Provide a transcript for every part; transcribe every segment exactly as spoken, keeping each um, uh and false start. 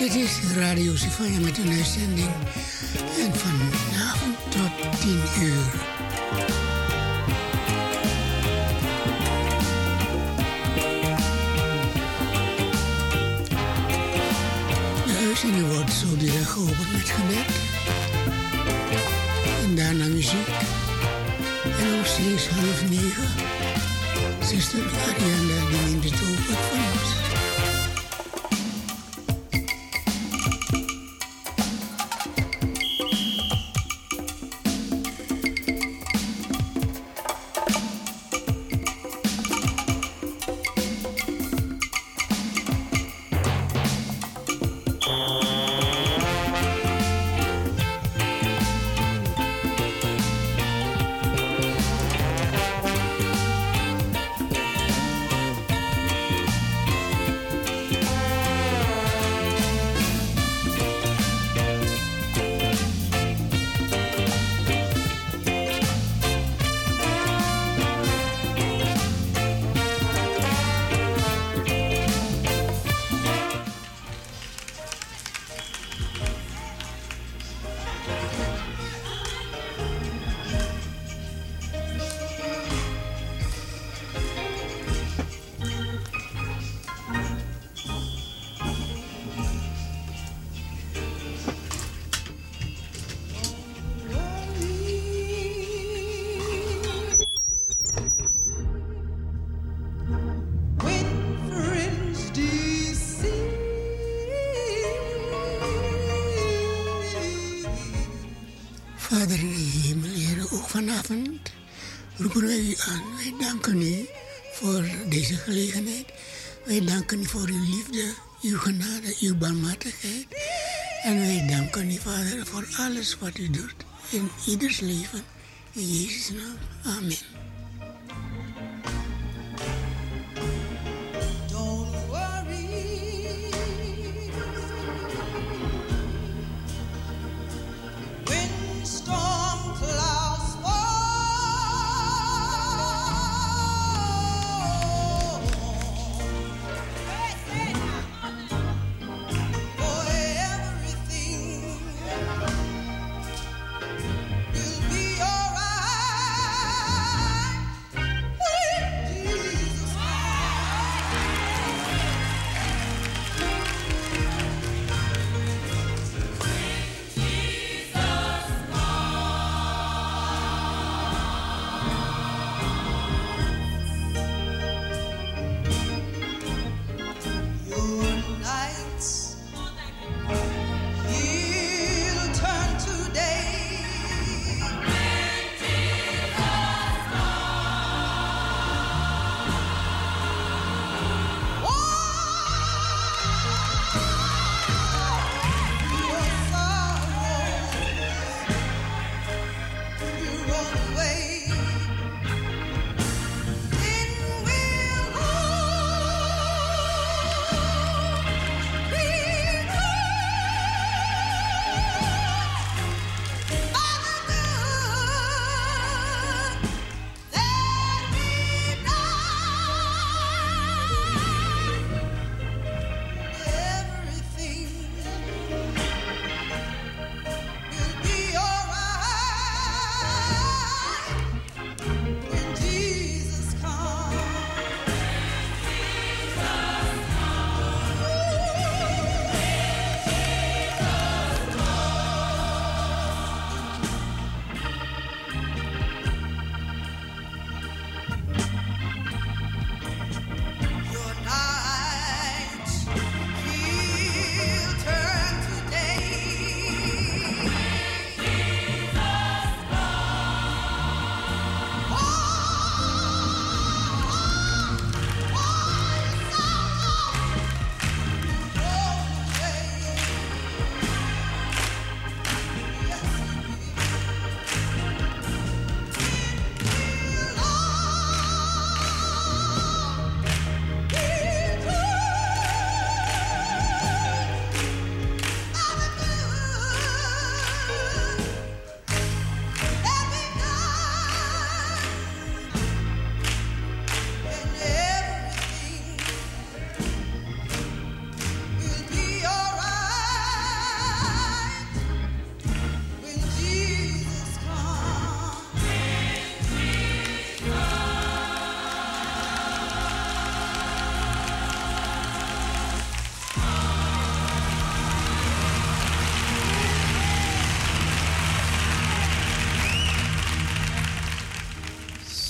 Dit is Radio Sivaya met een uitzending. En vanavond tot tien uur. De uitzending wordt zo direct geopend met gebed. En daarna muziek. En om steeds half negen. Zuster Ariana die neemt het over van ons. Vader in de hemel, Heer, ook vanavond roepen wij u aan. Wij danken u voor deze gelegenheid. Wij danken u voor uw liefde, uw genade, uw barmhartigheid. En wij danken u, Vader, voor alles wat u doet in ieders leven. In Jezus' naam. Amen. Will be alright.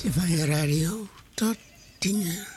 stukje van je radio. Tot tien uur.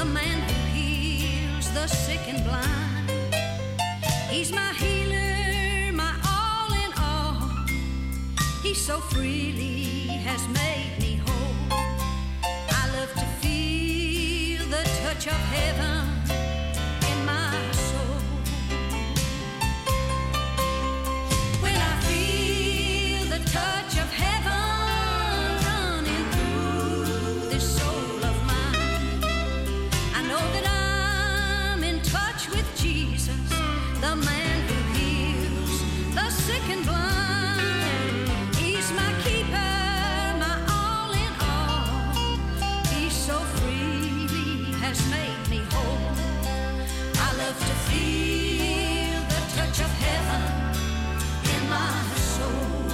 the man who heals the sick and blind. He's my healer, my all in all. He so freely has made me whole. I love to feel the touch of heaven in my soul. When I feel the touch of heaven running through this soul of mine, I know that I'm in touch with Jesus, the man who heals the sick and blind. He's my keeper, my all in all. He so freely has made me whole. I love to feel the touch of heaven in my soul.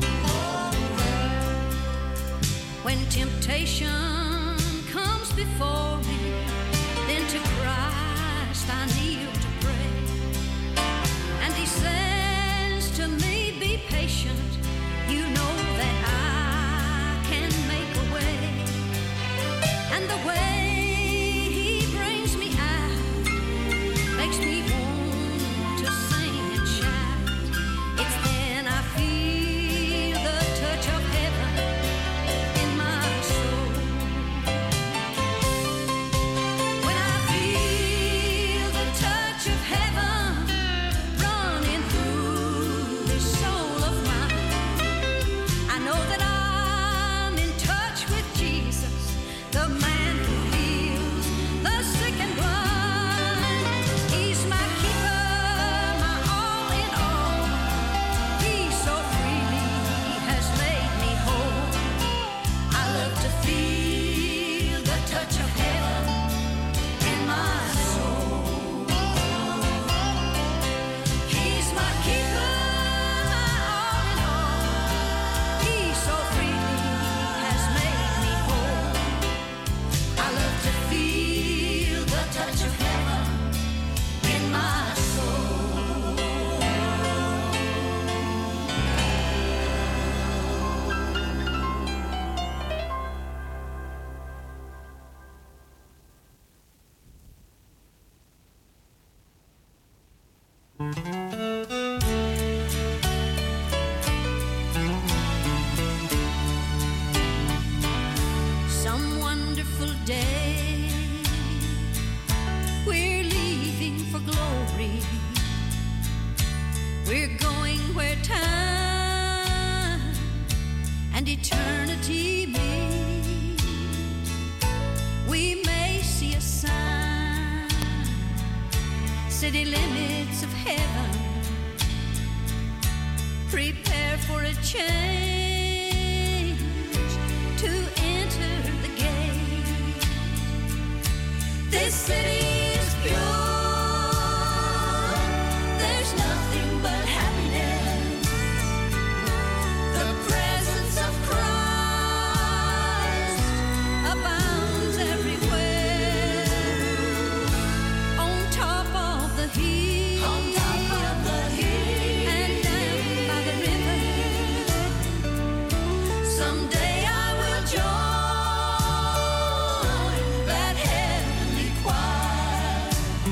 When temptation comes before me, then to Christ I kneel to pray. And he says to me, be patient, you know that I can make a way. And the way he brings me out makes me want to sing and shout. It's then I feel the touch of heaven in my soul. When I feel the touch of heaven running through this soul of mine, I know that I'm in touch with Jesus, the man who heals the sick and blind. He's my keeper, my all in all. He so freely has made me whole. I love to feel the touch of heaven in my soul. He's my keeper, my all in all. He so freely has made me whole. I love to feel the touch of heaven in my soul. Some wonderful day, we're leaving for glory. We're going where time and eternity meet. We may see a sign, city limits of heaven. Prepare for a change to enter the gate. This city is pure. There's nothing but happiness. The presence of Christ abounds everywhere. On top of the hill, on top of the hill, and down by the river. Someday I will join that heavenly choir.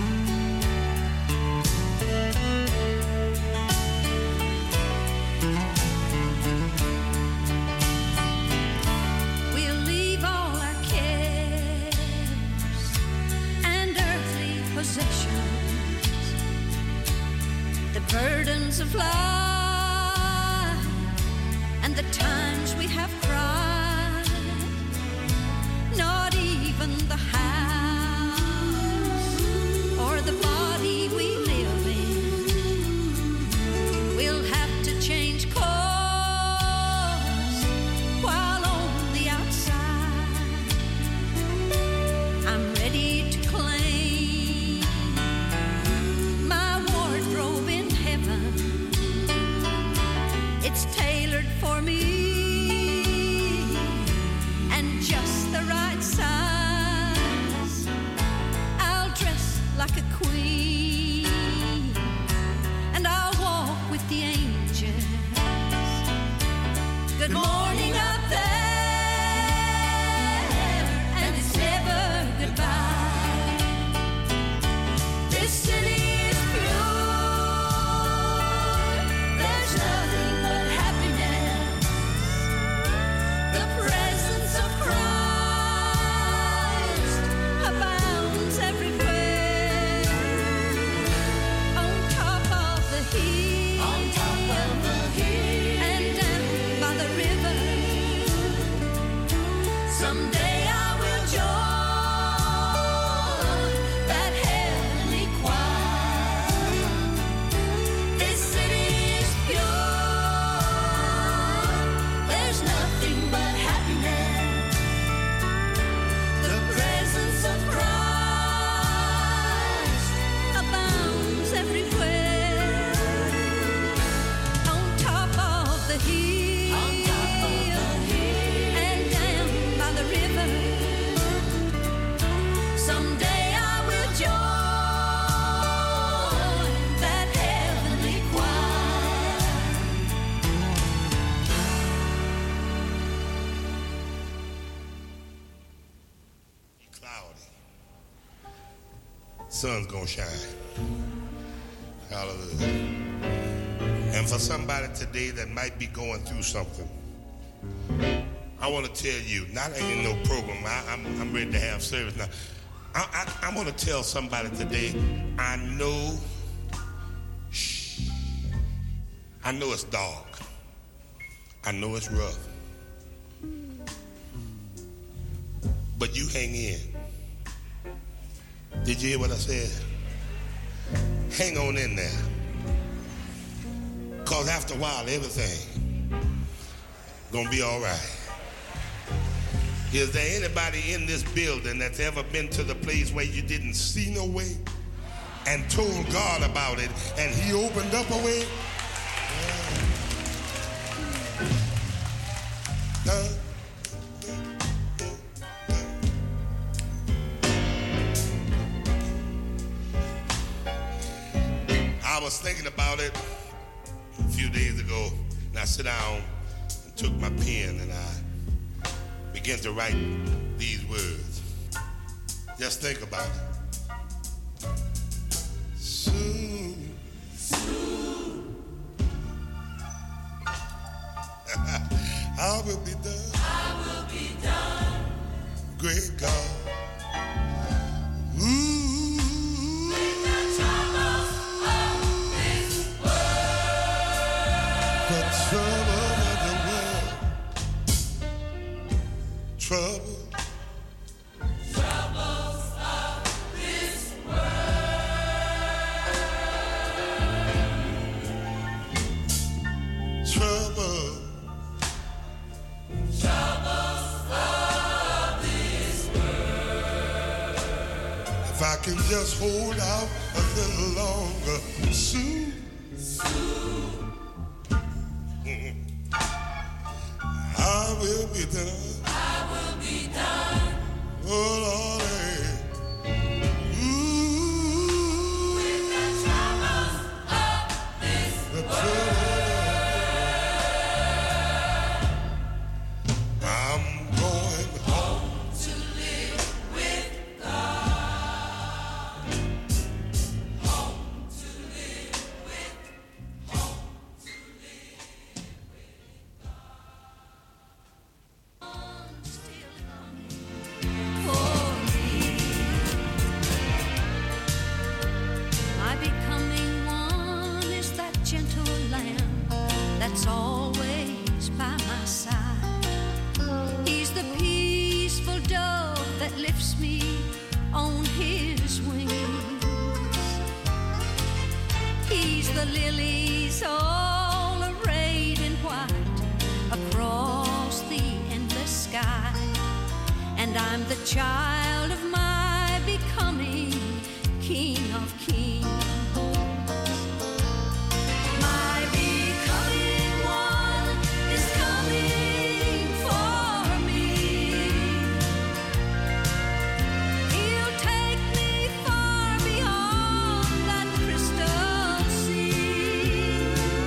We'll leave all our cares and earthly possessions, the burdens of life and the times we have cried. Not even the house or the body we live in. We'll have to change course while on the outside. I'm ready to claim my wardrobe in heaven. It's tailored for me. sun's gonna shine. Hallelujah. And for somebody today that might be going through something, I want to tell you, not in no program, I, I'm, I'm ready to have service now. I, I, I want to tell somebody today, I know, shh, I know it's dark. I know it's rough. But you hang in. Did you hear what I said? Hang on in there. Because after a while, everything gonna be all right. Is there anybody in this building that's ever been to the place where you didn't see no way and told God about it and he opened up a way? Uh, I was thinking about it a few days ago, and I sat down and took my pen and I began to write these words. Just think about it. Soon, soon, I will be done. I will be done. Great God. Ooh. Trouble. Troubles of this world. Trouble. Troubles of this world. If I can just hold out a little longer, soon, soon, I will be done. Oh, Lord, ooh, with the troubles of this world, I'm going home to live with God. Home to live with, home to live with God. Still for me, my becoming one is that gentle lamb that's always by my side. He's the peaceful dove that lifts me on his wings. He's the lilies all arrayed in white across the endless sky. And I'm the child of my becoming King of Kings. My becoming one is coming for me. He'll take me far beyond that crystal sea.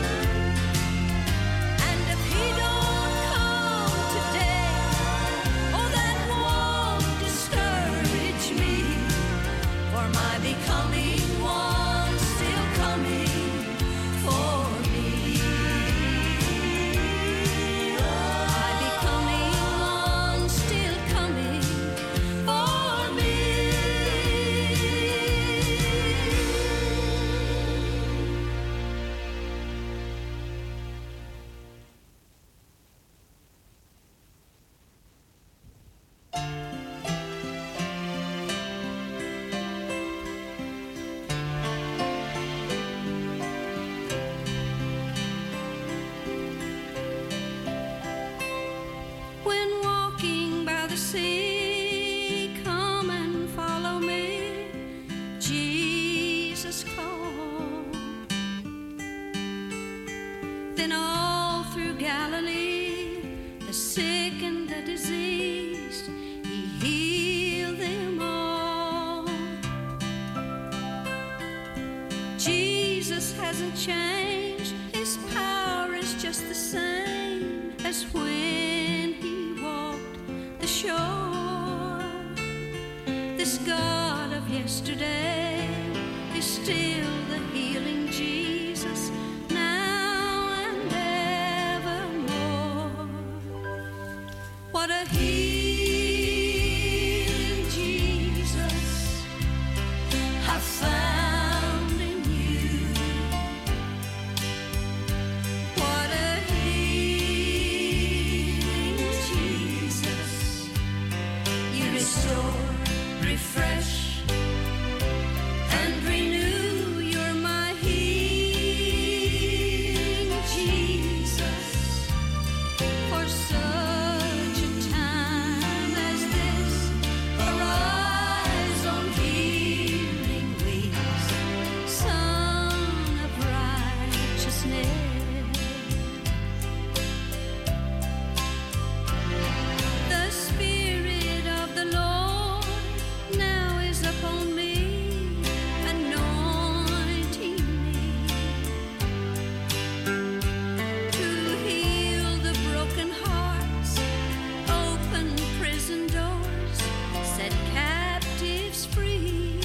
And if he don't come today, oh, that won't discourage me, for my becoming one still coming for me. My becoming one still coming for me. When walking by the sea, come and follow me, Jesus called. Then all through Galilee, the sick and the diseased, he healed them all. Jesus hasn't changed, his power is just the same as when he walked the shore. This God of yesterday is still the healing Jesus now and evermore. What a healing Jesus I found in you. What a healing Jesus. You restore, refresh, and renew. You're my healing Jesus. For such a time as this, arise on healing wings, Son of righteousness. The Spirit of the Lord now is upon me, anointing me to heal the broken hearts, open prison doors, set captives free,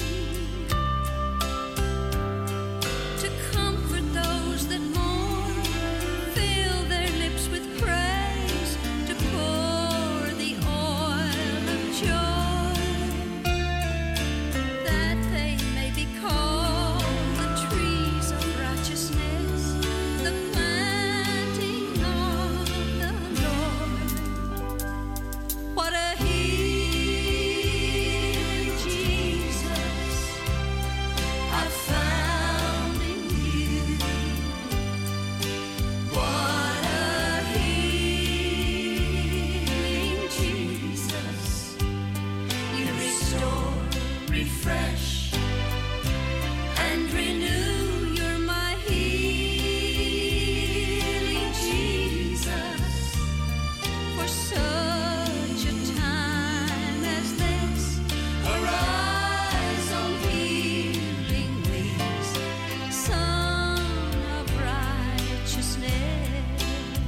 to comfort those that mourn, fill their lips with praise, to pour the oil of joy, that they may be called the trees of righteousness, the planting of the Lord. What a healing Jesus I found in you. What a healing Jesus. You restore, refresh, and renew. You're my healing Jesus. For such a time as this, arise on healing wings, Son of righteousness.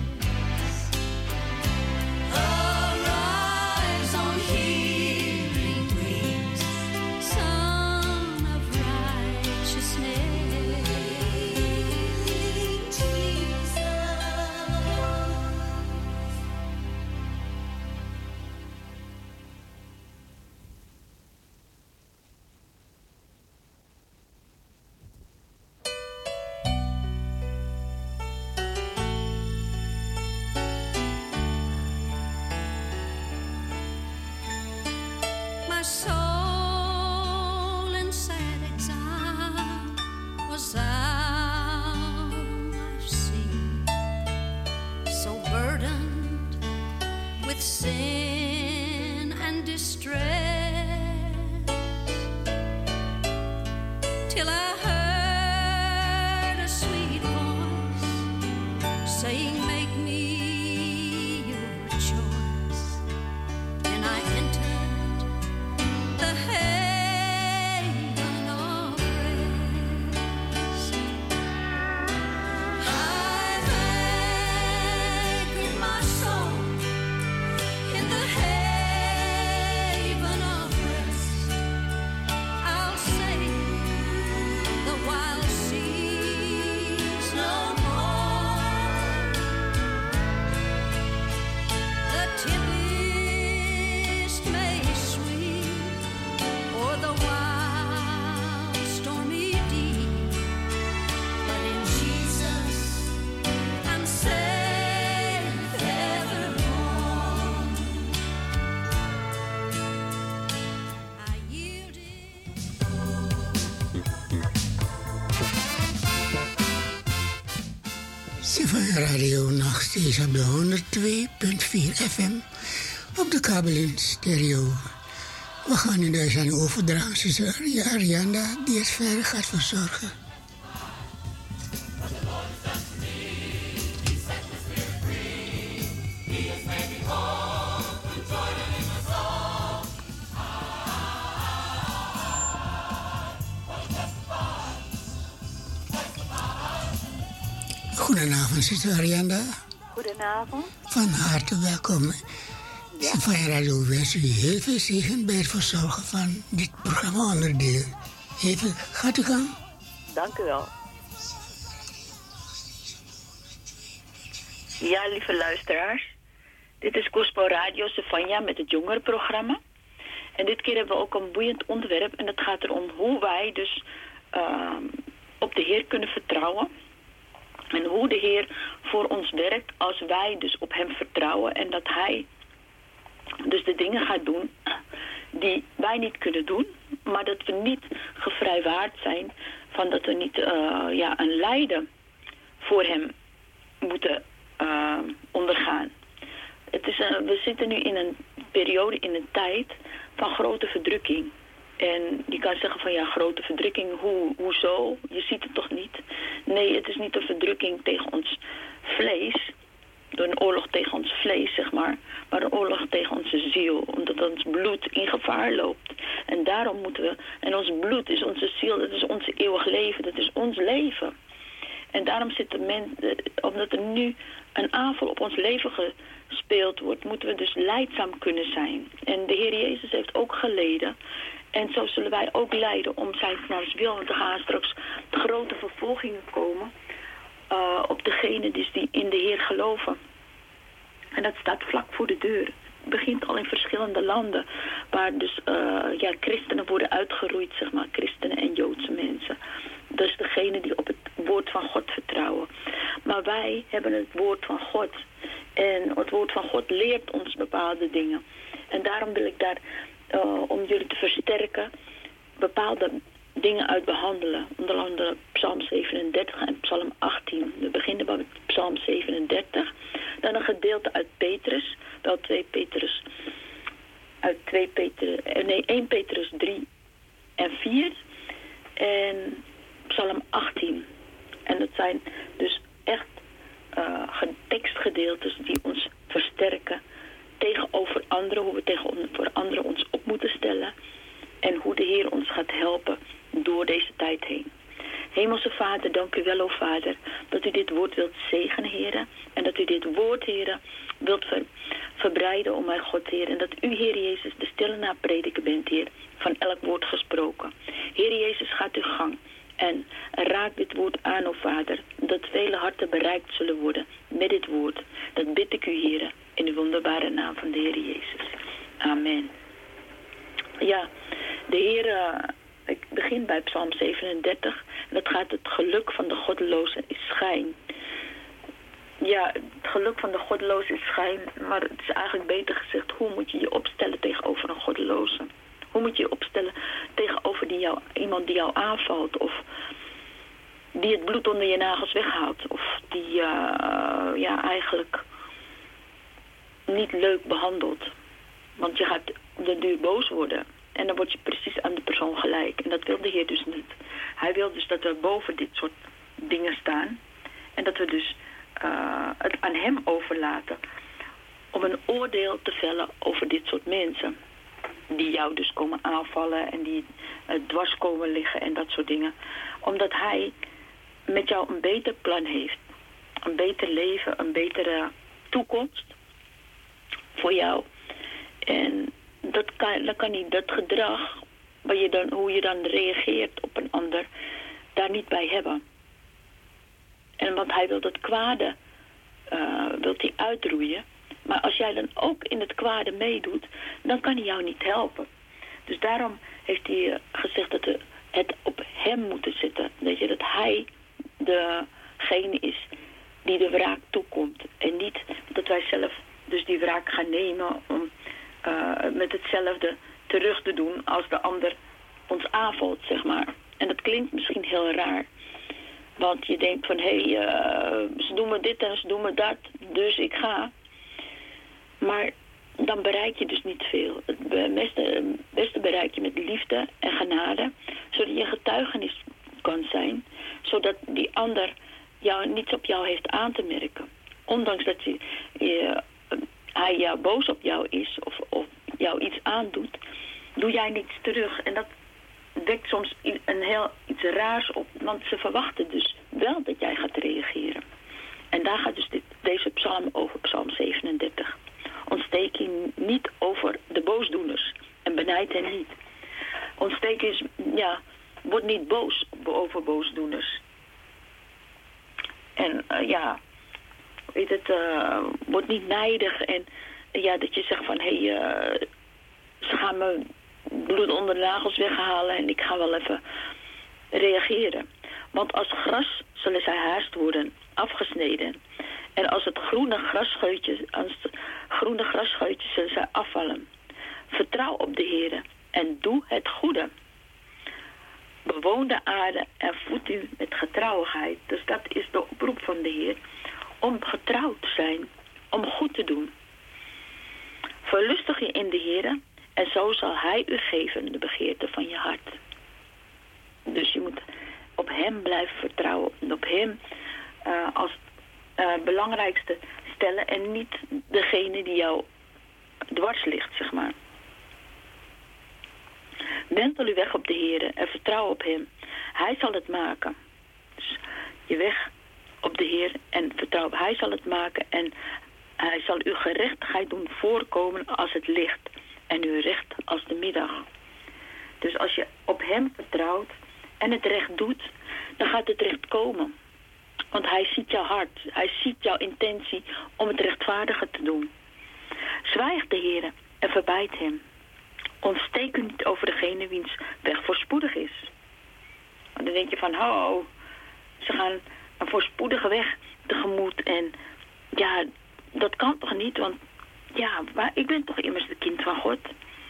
Arise on healing wings, Son of righteousness. Jesus. My soul in sad exile was out of sea, so burdened with sin and distress, till I heard a sweet voice saying, make me your choice. And I entered the haven of rest. I've anchored my soul in the haven of rest. I'll sail the wild seas no more. The tempest may sweep o'er the wild stormy deep, but in Jesus I'm safe evermore. I yielded. Symfonie Radio nog steeds op de honderd twee punt vier F M op de kabel in stereo. We gaan nu dus aan de overdracht tussen Arianda die het verder gaat verzorgen. Goedenavond, zuster Arianda. Goedenavond. Van harte welkom. Symfonie Radio wens u heel veel zegen bij het verzorgen van dit programma-onderdeel. Even, gaat u gang. Dank u wel. Ja, lieve luisteraars. Dit is Gospel Radio Stefania met het jongerenprogramma. En dit keer hebben we ook een boeiend onderwerp. En het gaat erom hoe wij dus uh, op de Heer kunnen vertrouwen. En hoe de Heer voor ons werkt als wij dus op hem vertrouwen. En dat hij dus de dingen gaat doen die wij niet kunnen doen. Maar dat we niet gevrijwaard zijn van dat we niet uh, ja, een lijden voor hem moeten uh, ondergaan. Het is een, we zitten nu in een periode, in een tijd van grote verdrukking. En je kan zeggen van ja, grote verdrukking, hoe, hoezo? Je ziet het toch niet? Nee, het is niet een verdrukking tegen ons vlees, door een oorlog tegen ons vlees, zeg maar, maar een oorlog tegen onze ziel, omdat ons bloed in gevaar loopt. En daarom moeten we, en ons bloed is onze ziel, dat is ons eeuwig leven, dat is ons leven. En daarom zitten mensen, omdat er nu een aanval op ons leven gespeeld wordt, moeten we dus lijdzaam kunnen zijn. En de Heer Jezus heeft ook geleden. En zo zullen wij ook lijden om zijn knars wil. Want er gaan straks grote vervolgingen komen uh, op degenen dus die in de Heer geloven. En dat staat vlak voor de deur. Het begint al in verschillende landen waar dus uh, ja, christenen worden uitgeroeid, zeg maar, christenen en Joodse mensen. Dus degene die op het woord van God vertrouwen. Maar wij hebben het woord van God. En het woord van God leert ons bepaalde dingen. En daarom wil ik daar, uh, om jullie te versterken, bepaalde dingen uit behandelen. Onder andere Psalm zevenendertig en Psalm achttien. We beginnen bij Psalm zevenendertig. Dan een gedeelte uit Petrus. Wel twee Petrus. Uit twee Petrus. Nee, één Petrus drie en vier. En Psalm achttien. En dat zijn dus echt uh, tekstgedeeltes die ons versterken tegenover anderen, hoe we tegenover anderen ons op moeten stellen en hoe de Heer ons gaat helpen door deze tijd heen. Hemelse Vader, dank u wel, o Vader, dat u dit woord wilt zegenen, Heer, en dat u dit woord, Heer, wilt ver, verbreiden, o mijn God, Heer, en dat u, Heer Jezus, de stille naprediker bent, Heer, van elk woord gesproken. Heer Jezus, gaat uw gang. En raak dit woord aan, o Vader, dat vele harten bereikt zullen worden met dit woord. Dat bid ik u, Heer, in de wonderbare naam van de Heer Jezus. Amen. Ja, de Heer, uh, ik begin bij Psalm zevenendertig. En dat gaat het geluk van de goddeloze is schijn. Ja, het geluk van de goddeloze is schijn, maar het is eigenlijk beter gezegd, hoe moet je je opstellen tegenover een goddeloze? Hoe moet je je opstellen tegenover die jou, iemand die jou aanvalt of die het bloed onder je nagels weghaalt of die uh, ja, eigenlijk niet leuk behandelt. Want je gaat de duur boos worden en dan word je precies aan de persoon gelijk. En dat wil de Heer dus niet. Hij wil dus dat we boven dit soort dingen staan en dat we dus uh, het aan hem overlaten om een oordeel te vellen over dit soort mensen. Die jou dus komen aanvallen en die uh, dwars komen liggen en dat soort dingen. Omdat hij met jou een beter plan heeft. Een beter leven, een betere toekomst voor jou. En dat kan, dat kan niet, dat gedrag, waar je dan, hoe je dan reageert op een ander, daar niet bij hebben. En want hij wil dat kwade, uh, wil hij uitroeien. Maar als jij dan ook in het kwade meedoet, dan kan hij jou niet helpen. Dus daarom heeft hij gezegd dat we het op hem moeten zetten. Weet je, dat hij degene is die de wraak toekomt. En niet dat wij zelf dus die wraak gaan nemen om uh, met hetzelfde terug te doen als de ander ons aanvalt, zeg maar. En dat klinkt misschien heel raar. Want je denkt van, hé, hey, uh, ze doen me dit en ze doen me dat, dus ik ga. Maar dan bereik je dus niet veel. Het beste, beste bereik je met liefde en genade, zodat je getuigenis kan zijn, zodat die ander jou niets op jou heeft aan te merken. Ondanks dat je, je, hij ja, boos op jou is of, of jou iets aandoet, doe jij niets terug. En dat wekt soms een heel iets raars op, want ze verwachten dus wel dat jij gaat reageren. En daar gaat dus dit, deze psalm over, psalm zevenendertig. Ontsteek je niet over de boosdoeners en benijd hen niet. Ontsteek is, ja, word niet boos over boosdoeners. En uh, ja, weet het, uh, word niet nijdig. En uh, ja, dat je zegt van, hé, hey, uh, ze gaan me bloed onder de nagels weghalen en ik ga wel even reageren. Want als gras zullen zij haast worden afgesneden. En als het groene grasscheutje, als het groene grasscheutje zullen zij afvallen. Vertrouw op de Heere en doe het goede. Bewoon de aarde en voed u met getrouwigheid. Dus dat is de oproep van de Heer. Om getrouw te zijn. Om goed te doen. Verlustig je in de Heere. En zo zal Hij u geven de begeerte van je hart. Dus je moet op Hem blijven vertrouwen. En op Hem uh, als uh, belangrijkste stellen. En niet degene die jou dwars ligt, zeg maar. Wentel uw weg op de Heer en vertrouw op Hem. Hij zal het maken. Dus je weg op de Heer en vertrouw op. Hij zal het maken en Hij zal uw gerechtigheid doen voorkomen als het licht. En uw recht als de middag. Dus als je op Hem vertrouwt en het recht doet, dan gaat het recht komen. Want Hij ziet jouw hart. Hij ziet jouw intentie om het rechtvaardige te doen. Zwijg de Heer en verbijt Hem. Ontsteek u niet over degene wiens weg voorspoedig is. Want dan denk je van, oh, ze gaan een voorspoedige weg tegemoet. En ja, dat kan toch niet, want ja, maar ik ben toch immers het kind van God.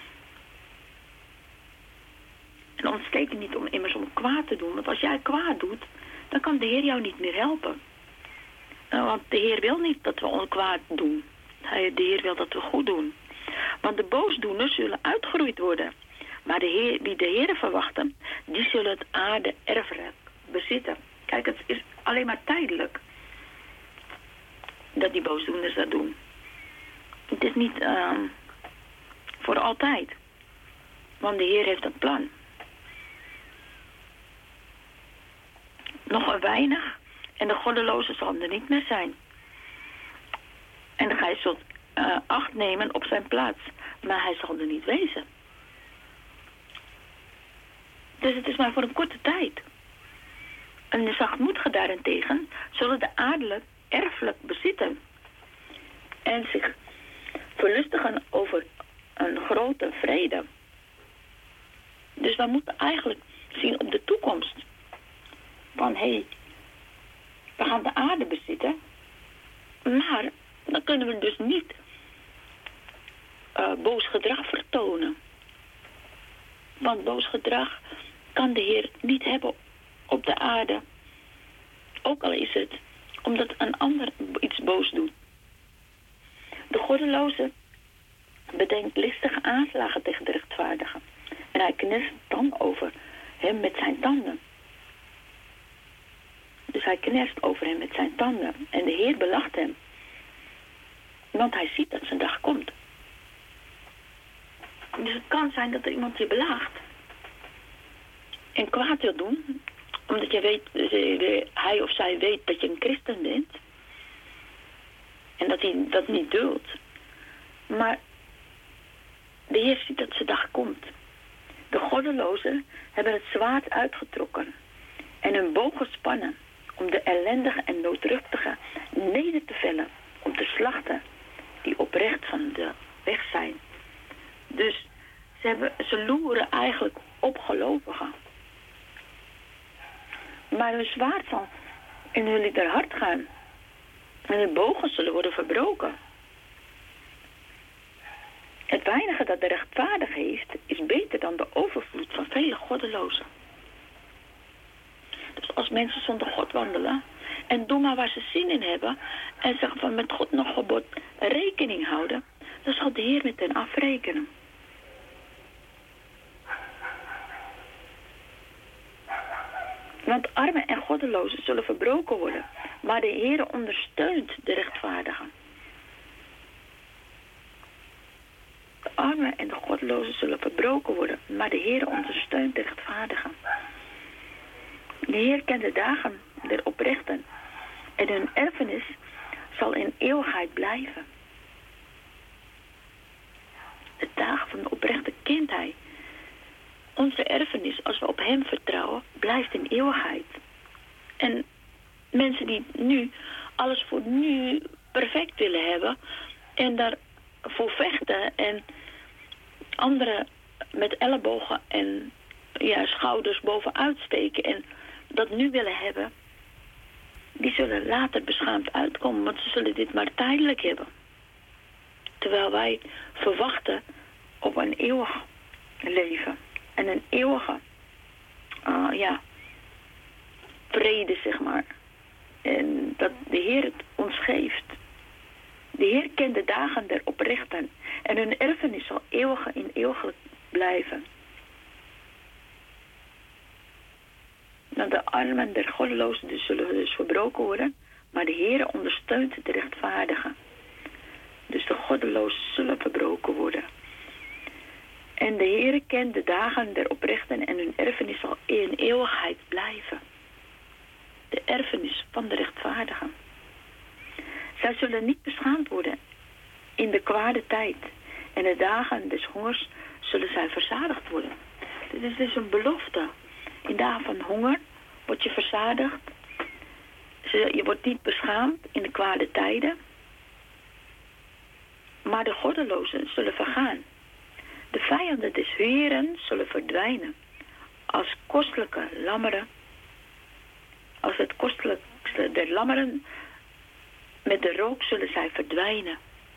En ontsteek u niet om immers om kwaad te doen. Want als jij kwaad doet, dan kan de Heer jou niet meer helpen. Want de Heer wil niet dat we kwaad doen. De Heer wil dat we goed doen. Want de boosdoeners zullen uitgeroeid worden. Maar de Heer, wie de Heer verwachten, die zullen het aarde erfelijk bezitten. Kijk, het is alleen maar tijdelijk dat die boosdoeners dat doen. Het is niet uh, voor altijd. Want de Heer heeft een plan. Nog een weinig en de goddeloze zal er niet meer zijn. En gij zult uh, acht nemen op zijn plaats. Maar hij zal er niet wezen. Dus het is maar voor een korte tijd. En de zachtmoedigen daarentegen zullen de aardelijk erfelijk bezitten. En zich verlustigen over een grote vrede. Dus we moeten eigenlijk zien op de toekomst. Van hé, hey, we gaan de aarde bezitten. Maar dan kunnen we dus niet uh, boos gedrag vertonen. Want boos gedrag kan de Heer niet hebben op de aarde. Ook al is het omdat een ander iets boos doet. De goddeloze bedenkt listige aanslagen tegen de rechtvaardige. En hij knerst dan over hem met zijn tanden. Dus hij knerst over hem met zijn tanden. En de Heer belacht hem. Want hij ziet dat zijn dag komt. Dus het kan zijn dat er iemand je belaagt. En kwaad wil doen. Omdat je weet, hij of zij weet dat je een christen bent. En dat hij dat niet duldt. Maar de Heer ziet dat zijn dag komt. De goddelozen hebben het zwaard uitgetrokken. En hun boog gespannen. Om de ellendige en noodruftige neder te vellen. Om te slachten. Die oprecht van de weg zijn. Dus ze, hebben, ze loeren eigenlijk op gelovigen. Maar hun zwaard zal in hun lieder hard gaan. En hun bogen zullen worden verbroken. Het weinige dat de rechtvaardig heeft, is beter dan de overvloed van vele goddelozen. Dus als mensen zonder God wandelen en doen maar waar ze zin in hebben en zeggen van met God nog gebod rekening houden, dan zal de Heer met hen afrekenen. Want armen en goddelozen zullen verbroken worden, maar de Heer ondersteunt de rechtvaardigen. De armen en de goddelozen zullen verbroken worden, maar de Heer ondersteunt de rechtvaardigen. De Heer kent de dagen der oprechten en hun erfenis zal in eeuwigheid blijven. De dagen van de oprechten kent Hij. Onze erfenis, als we op Hem vertrouwen, blijft in eeuwigheid. En mensen die nu alles voor nu perfect willen hebben en daarvoor vechten en anderen met ellebogen en ja, schouders bovenuit steken en dat nu willen hebben, die zullen later beschaamd uitkomen, want ze zullen dit maar tijdelijk hebben. Terwijl wij verwachten op een eeuwig leven en een eeuwige uh, ja, vrede, zeg maar. En dat de Heer het ons geeft. De Heer kent de dagen der oprechten en hun erfenis zal eeuwig in eeuwiglijk blijven. Nou, de armen der goddelozen dus zullen dus verbroken worden, maar de Heer ondersteunt de rechtvaardigen. Dus de goddelozen zullen verbroken worden. En de Heer kent de dagen der oprechten en hun erfenis zal in eeuwigheid blijven. De erfenis van de rechtvaardigen. Zij zullen niet beschaamd worden in de kwade tijd. En de dagen des hongers zullen zij verzadigd worden. Dit is dus een belofte. In dagen van honger word je verzadigd. Je wordt niet beschaamd in de kwade tijden. Maar de goddelozen zullen vergaan. De vijanden des Heeren zullen verdwijnen. Als kostelijke lammeren. Als het kostelijkste der lammeren. Met de rook zullen zij verdwijnen.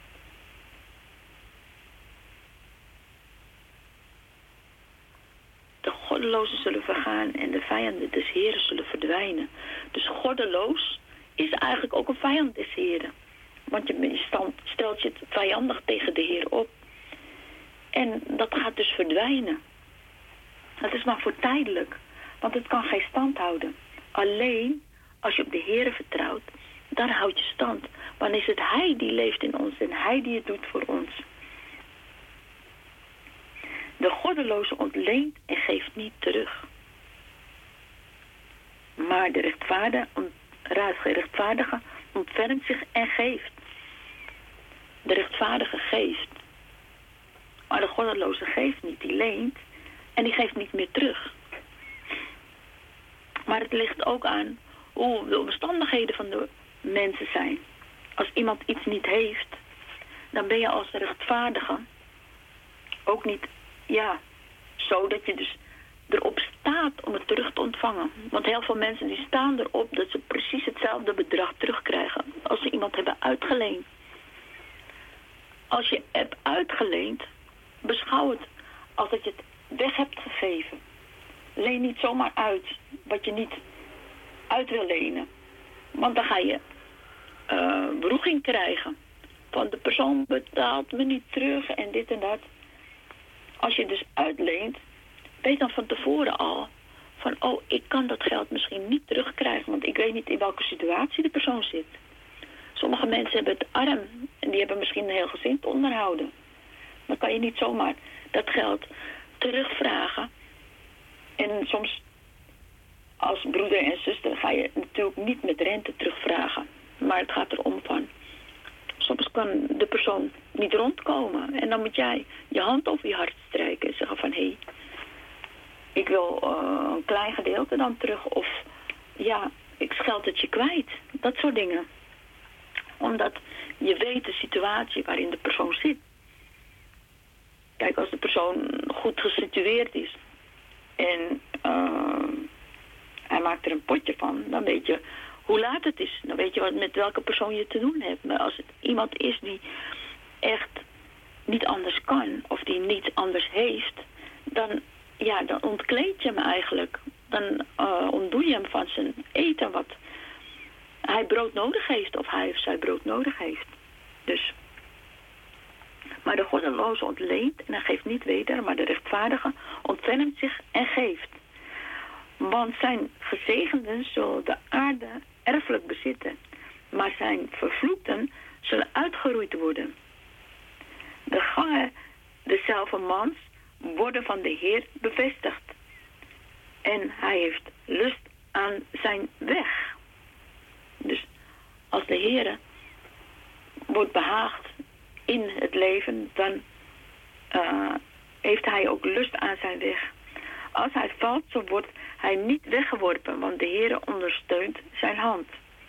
De goddelozen zullen vergaan en de vijanden des Heeren zullen verdwijnen. Dus goddeloos is eigenlijk ook een vijand des Heeren. Want je stelt je het vijandig tegen de Heer op. En dat gaat dus verdwijnen. Dat is maar voor tijdelijk. Want het kan geen stand houden. Alleen als je op de Heer vertrouwt, dan houd je stand. Want is het Hij die leeft in ons en Hij die het doet voor ons. De goddeloze ontleent en geeft niet terug. Maar de rechtvaardige, rechtvaardige ontfermt zich en geeft. De rechtvaardige geeft. Maar de goddeloze geeft niet, die leent en die geeft niet meer terug. Maar het ligt ook aan hoe de omstandigheden van de mensen zijn. Als iemand iets niet heeft, dan ben je als rechtvaardige ook niet, ja, zo dat je dus erop staat om het terug te ontvangen. Want heel veel mensen die staan erop dat ze precies hetzelfde bedrag terugkrijgen als ze iemand hebben uitgeleend. Als je hebt uitgeleend, beschouw het als dat je het weg hebt gegeven. Leen niet zomaar uit wat je niet uit wil lenen. Want dan ga je uh, wroeging krijgen. Want de persoon betaalt me niet terug en dit en dat. Als je dus uitleent, weet dan van tevoren al van, oh, ik kan dat geld misschien niet terugkrijgen, want ik weet niet in welke situatie de persoon zit. Sommige mensen hebben het arm en die hebben misschien een heel gezin te onderhouden. Dan kan je niet zomaar dat geld terugvragen. En soms als broeder en zuster ga je natuurlijk niet met rente terugvragen. Maar het gaat erom van, soms kan de persoon niet rondkomen. En dan moet jij je hand over je hart strijken en zeggen van, hé, hey, ik wil uh, een klein gedeelte dan terug. Of ja, ik scheld het je kwijt. Dat soort dingen. Omdat je weet de situatie waarin de persoon zit. Kijk, als de persoon goed gesitueerd is en uh, hij maakt er een potje van, dan weet je hoe laat het is. Dan weet je wat, met welke persoon je te doen hebt. Maar als het iemand is die echt niet anders kan of die niets anders heeft, dan, ja, dan ontkleed je hem eigenlijk. Dan uh, ontdoe je hem van zijn eten wat hij brood nodig heeft of hij of zij brood nodig heeft. Dus. Maar de goddeloze ontleent en hij geeft niet weder, maar de rechtvaardige ontfermt zich en geeft. Want zijn gezegenden zullen de aarde erfelijk bezitten, maar zijn vervloekten zullen uitgeroeid worden. De gangen deszelfde mans worden van de Heer bevestigd. En hij heeft lust aan zijn weg. Dus als de Heer wordt behaagd in het leven, dan uh, heeft hij ook lust aan zijn weg. als hij valt, zo wordt hij niet weggeworpen, want de Heere ondersteunt zijn hand.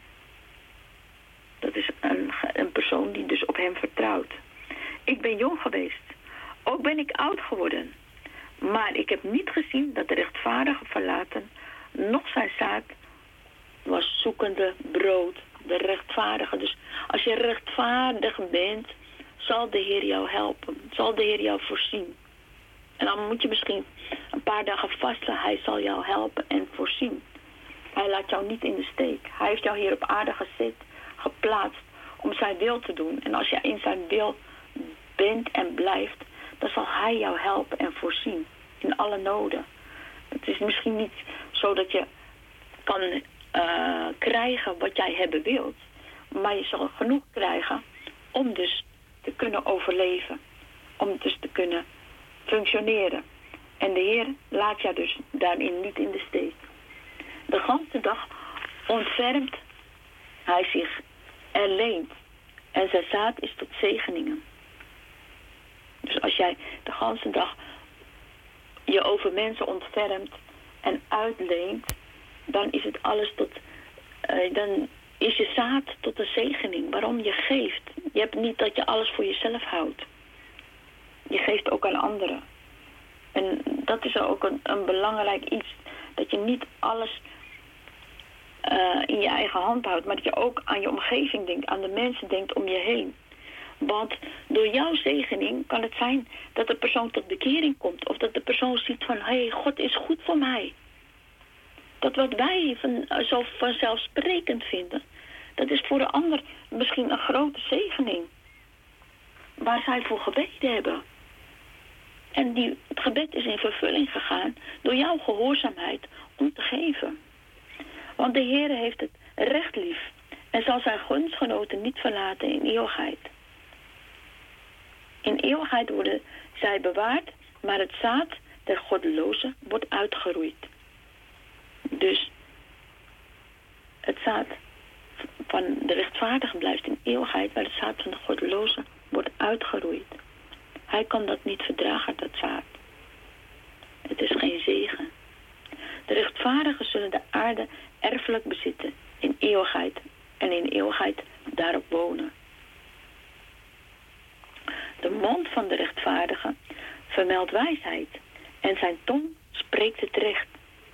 Dat is een, een persoon die dus op hem vertrouwt. Ik ben jong geweest. Ook ben ik oud geworden. Maar ik heb niet gezien dat de rechtvaardige verlaten, nog zijn zaad was zoekende brood. De rechtvaardige. Dus als je rechtvaardig bent, zal de Heer jou helpen. Zal de Heer jou voorzien. En dan moet je misschien een paar dagen vasten. Hij zal jou helpen en voorzien. Hij laat jou niet in de steek. Hij heeft jou hier op aarde gezet, geplaatst om zijn wil te doen. En als je in zijn wil bent en blijft, dan zal hij jou helpen en voorzien in alle noden. Het is misschien niet zo dat je kan uh, krijgen wat jij hebben wilt, maar je zal genoeg krijgen om dus te kunnen overleven, om dus te kunnen functioneren. En de Heer laat jou dus daarin niet in de steek. De ganse dag ontfermt hij zich en leent. En zijn zaad is tot zegeningen. Dus als jij de ganse dag je over mensen ontfermt en uitleent, dan is het alles tot, uh, dan is je zaad tot een zegening. Waarom? Je geeft. Je hebt niet dat je alles voor jezelf houdt. Je geeft ook aan anderen. En dat is ook een, een belangrijk iets. Dat je niet alles uh, in je eigen hand houdt, maar dat je ook aan je omgeving denkt, aan de mensen denkt om je heen. Want door jouw zegening kan het zijn dat de persoon tot bekering komt. Of dat de persoon ziet van, hé, hey, God is goed voor mij. Dat wat wij van, zo vanzelfsprekend vinden, dat is voor de ander misschien een grote zegening. Waar zij voor gebeden hebben. En die, het gebed is in vervulling gegaan door jouw gehoorzaamheid om te geven. Want de Heere heeft het recht lief en zal zijn gunstgenoten niet verlaten in eeuwigheid. In eeuwigheid worden zij bewaard, maar het zaad der goddelozen wordt uitgeroeid. Dus het zaad van de rechtvaardige blijft in eeuwigheid, maar het zaad van de goddelozen wordt uitgeroeid. Hij kan dat niet verdragen, dat zaad. Het is geen zegen. De rechtvaardigen zullen de aarde erfelijk bezitten in eeuwigheid en in eeuwigheid daarop wonen. De mond van de rechtvaardige vermeldt wijsheid en zijn tong spreekt het recht.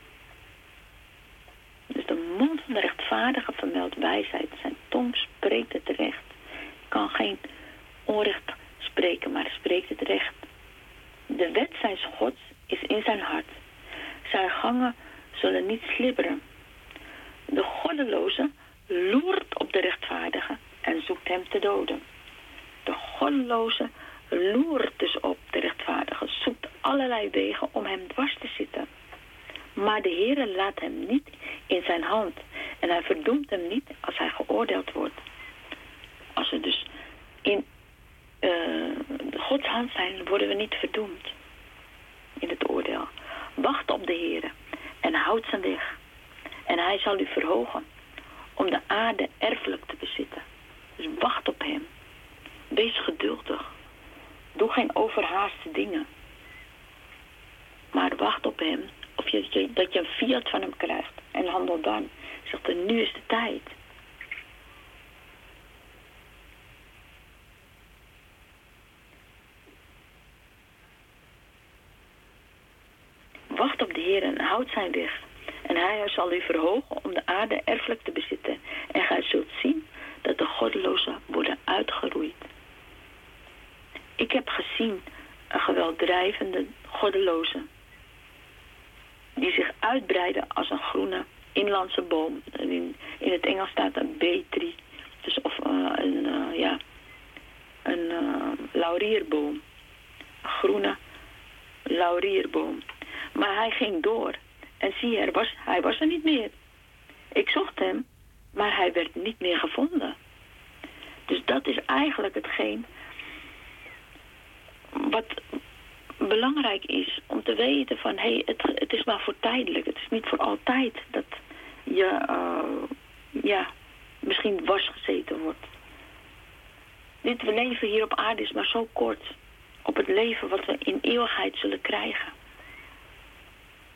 Dus de mond van de rechtvaardige vermeldt wijsheid, zijn tong spreekt het recht. Kan geen onrecht spreken, maar spreekt het recht. De wet zijns Gods is in zijn hart. Zijn gangen zullen niet slibberen. De goddeloze loert op de rechtvaardige en zoekt hem te doden. De goddeloze loert dus op de rechtvaardige, zoekt allerlei wegen om hem dwars te zitten. Maar de Heere laat hem niet in zijn hand en hij verdoemt hem niet als hij geoordeeld wordt. Als we dus in uh, Gods hand zijn, worden we niet verdoemd in het oordeel. Wacht op de Heere en houd zijn weg. En hij zal u verhogen om de aarde erfelijk te bezitten. Dus wacht op hem. Wees geduldig. Doe geen overhaaste dingen. Maar wacht op hem. Of je, dat je een fiat van hem krijgt. En handel dan. Zegt er, nu is de tijd. Wacht op de Heer en houd zijn weg. En hij zal u verhogen om de aarde erfelijk te bezitten. En gij zult zien dat de goddelozen worden uitgeroeid. Ik heb gezien een gewelddrijvende goddeloze die zich uitbreiden als een groene inlandse boom. In, in het Engels staat een bay tree. Dus of uh, een, uh, ja, een uh, laurierboom. Een groene laurierboom. Maar hij ging door. En zie, er was, hij was er niet meer. Ik zocht hem, maar hij werd niet meer gevonden. Dus dat is eigenlijk hetgeen wat belangrijk is om te weten van, hé, hey, het, het is maar voor tijdelijk. Het is niet voor altijd dat je, uh, ja, misschien vastgezeten wordt. Dit leven hier op aarde is maar zo kort op het leven wat we in eeuwigheid zullen krijgen.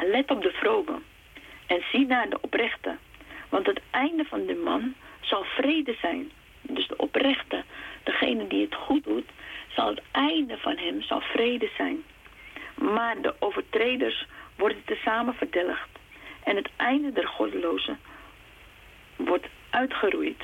let op de vrome en zie naar de oprechte. Want het einde van de man zal vrede zijn. Dus de oprechte, degene die het goed doet, zal het einde van hem zal vrede zijn. Maar de overtreders worden tezamen verdelgd. En het einde der goddelozen wordt uitgeroeid.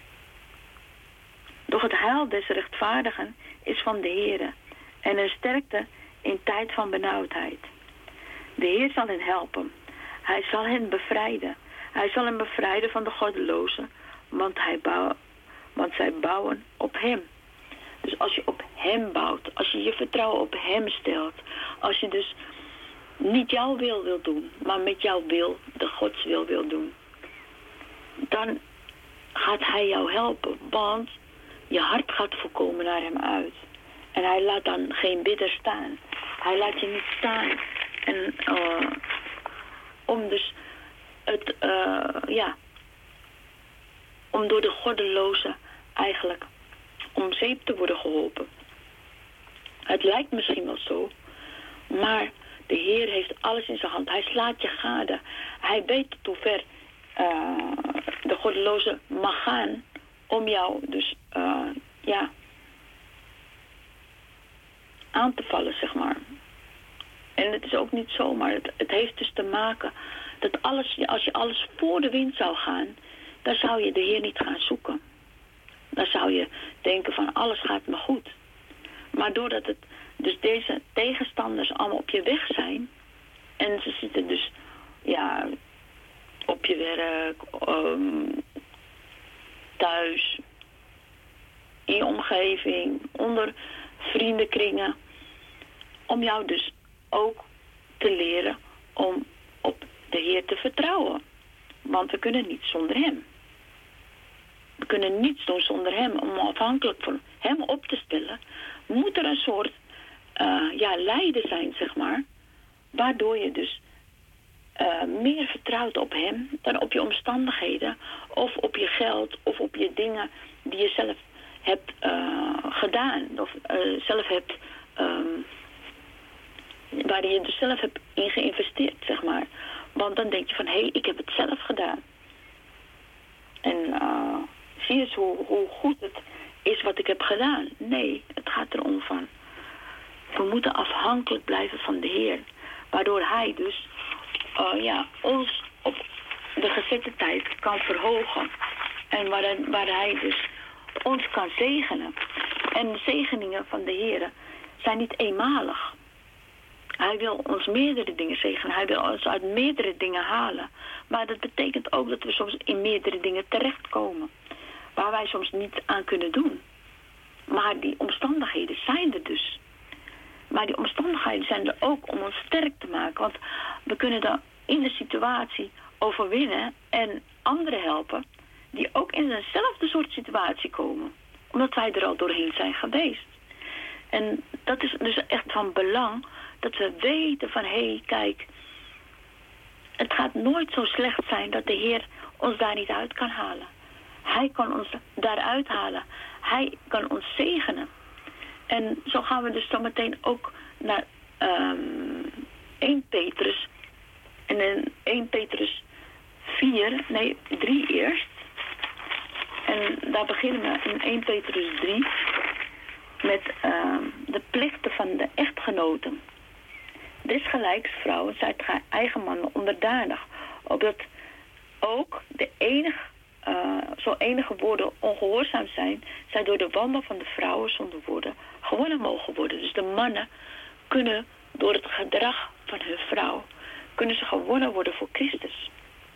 Doch het heil des rechtvaardigen is van de Heere. En hun sterkte in tijd van benauwdheid. De Heer zal hen helpen. Hij zal hen bevrijden. Hij zal hen bevrijden van de goddelozen. Want, hij bouw, want zij bouwen op hem. Dus als je op hem bouwt. Als je je vertrouwen op hem stelt. Als je dus niet jouw wil wil doen. Maar met jouw wil de Gods wil wil doen. Dan gaat hij jou helpen. Want je hart gaat volkomen naar hem uit. En hij laat dan geen bidder staan. Hij laat je niet staan. En uh, om dus het, uh, ja, om door de goddelozen eigenlijk om zeep te worden geholpen. Het lijkt misschien wel zo, maar de Heer heeft alles in zijn hand. Hij slaat je gade. Hij weet tot hoever uh, de goddeloze mag gaan om jou dus, uh, ja, aan te vallen, zeg maar. En het is ook niet zomaar. Het, het heeft dus te maken dat alles, als je alles voor de wind zou gaan, dan zou je de Heer niet gaan zoeken. Dan zou je denken van alles gaat me goed. Maar doordat het dus deze tegenstanders allemaal op je weg zijn en ze zitten dus ja op je werk, um, thuis, in je omgeving, onder vriendenkringen, om jou dus ook te leren om op de Heer te vertrouwen. Want we kunnen niet zonder hem. We kunnen niets doen zonder hem. Om afhankelijk van hem op te stellen, moet er een soort uh, ja, lijden zijn, zeg maar. Waardoor je dus uh, meer vertrouwt op hem dan op je omstandigheden. Of op je geld. Of op je dingen die je zelf hebt uh, gedaan. Of uh, zelf hebt Um, waar je dus zelf hebt in geïnvesteerd, zeg maar. Want dan denk je van, hé, hey, ik heb het zelf gedaan. En uh, zie je eens hoe, hoe goed het is wat ik heb gedaan. Nee, het gaat erom van, we moeten afhankelijk blijven van de Heer. Waardoor hij dus, uh, ja, ons op de gezette tijd kan verhogen. En waar, waar hij dus ons kan zegenen. En de zegeningen van de Heer zijn niet eenmalig. Hij wil ons meerdere dingen zegenen. Hij wil ons uit meerdere dingen halen. Maar dat betekent ook dat we soms in meerdere dingen terechtkomen. Waar wij soms niet aan kunnen doen. Maar die omstandigheden zijn er dus. Maar die omstandigheden zijn er ook om ons sterk te maken. Want we kunnen dan in de situatie overwinnen en anderen helpen die ook in dezelfde soort situatie komen. Omdat wij er al doorheen zijn geweest. En dat is dus echt van belang dat we weten van, hé, hey, kijk, het gaat nooit zo slecht zijn dat de Heer ons daar niet uit kan halen. Hij kan ons daaruit halen. Hij kan ons zegenen. En zo gaan we dus zo meteen ook naar um, Eerste Petrus. En in Eerste Petrus vier, nee, drie eerst. En daar beginnen we in Eerste Petrus drie met uh, de plichten van de echtgenoten. Desgelijks, vrouwen, zijt gij eigen mannen onderdanig, opdat ook de enige, uh, zo enige woorden ongehoorzaam zijn, zij door de wandel van de vrouwen zonder woorden gewonnen mogen worden. Dus de mannen kunnen door het gedrag van hun vrouw, kunnen ze gewonnen worden voor Christus.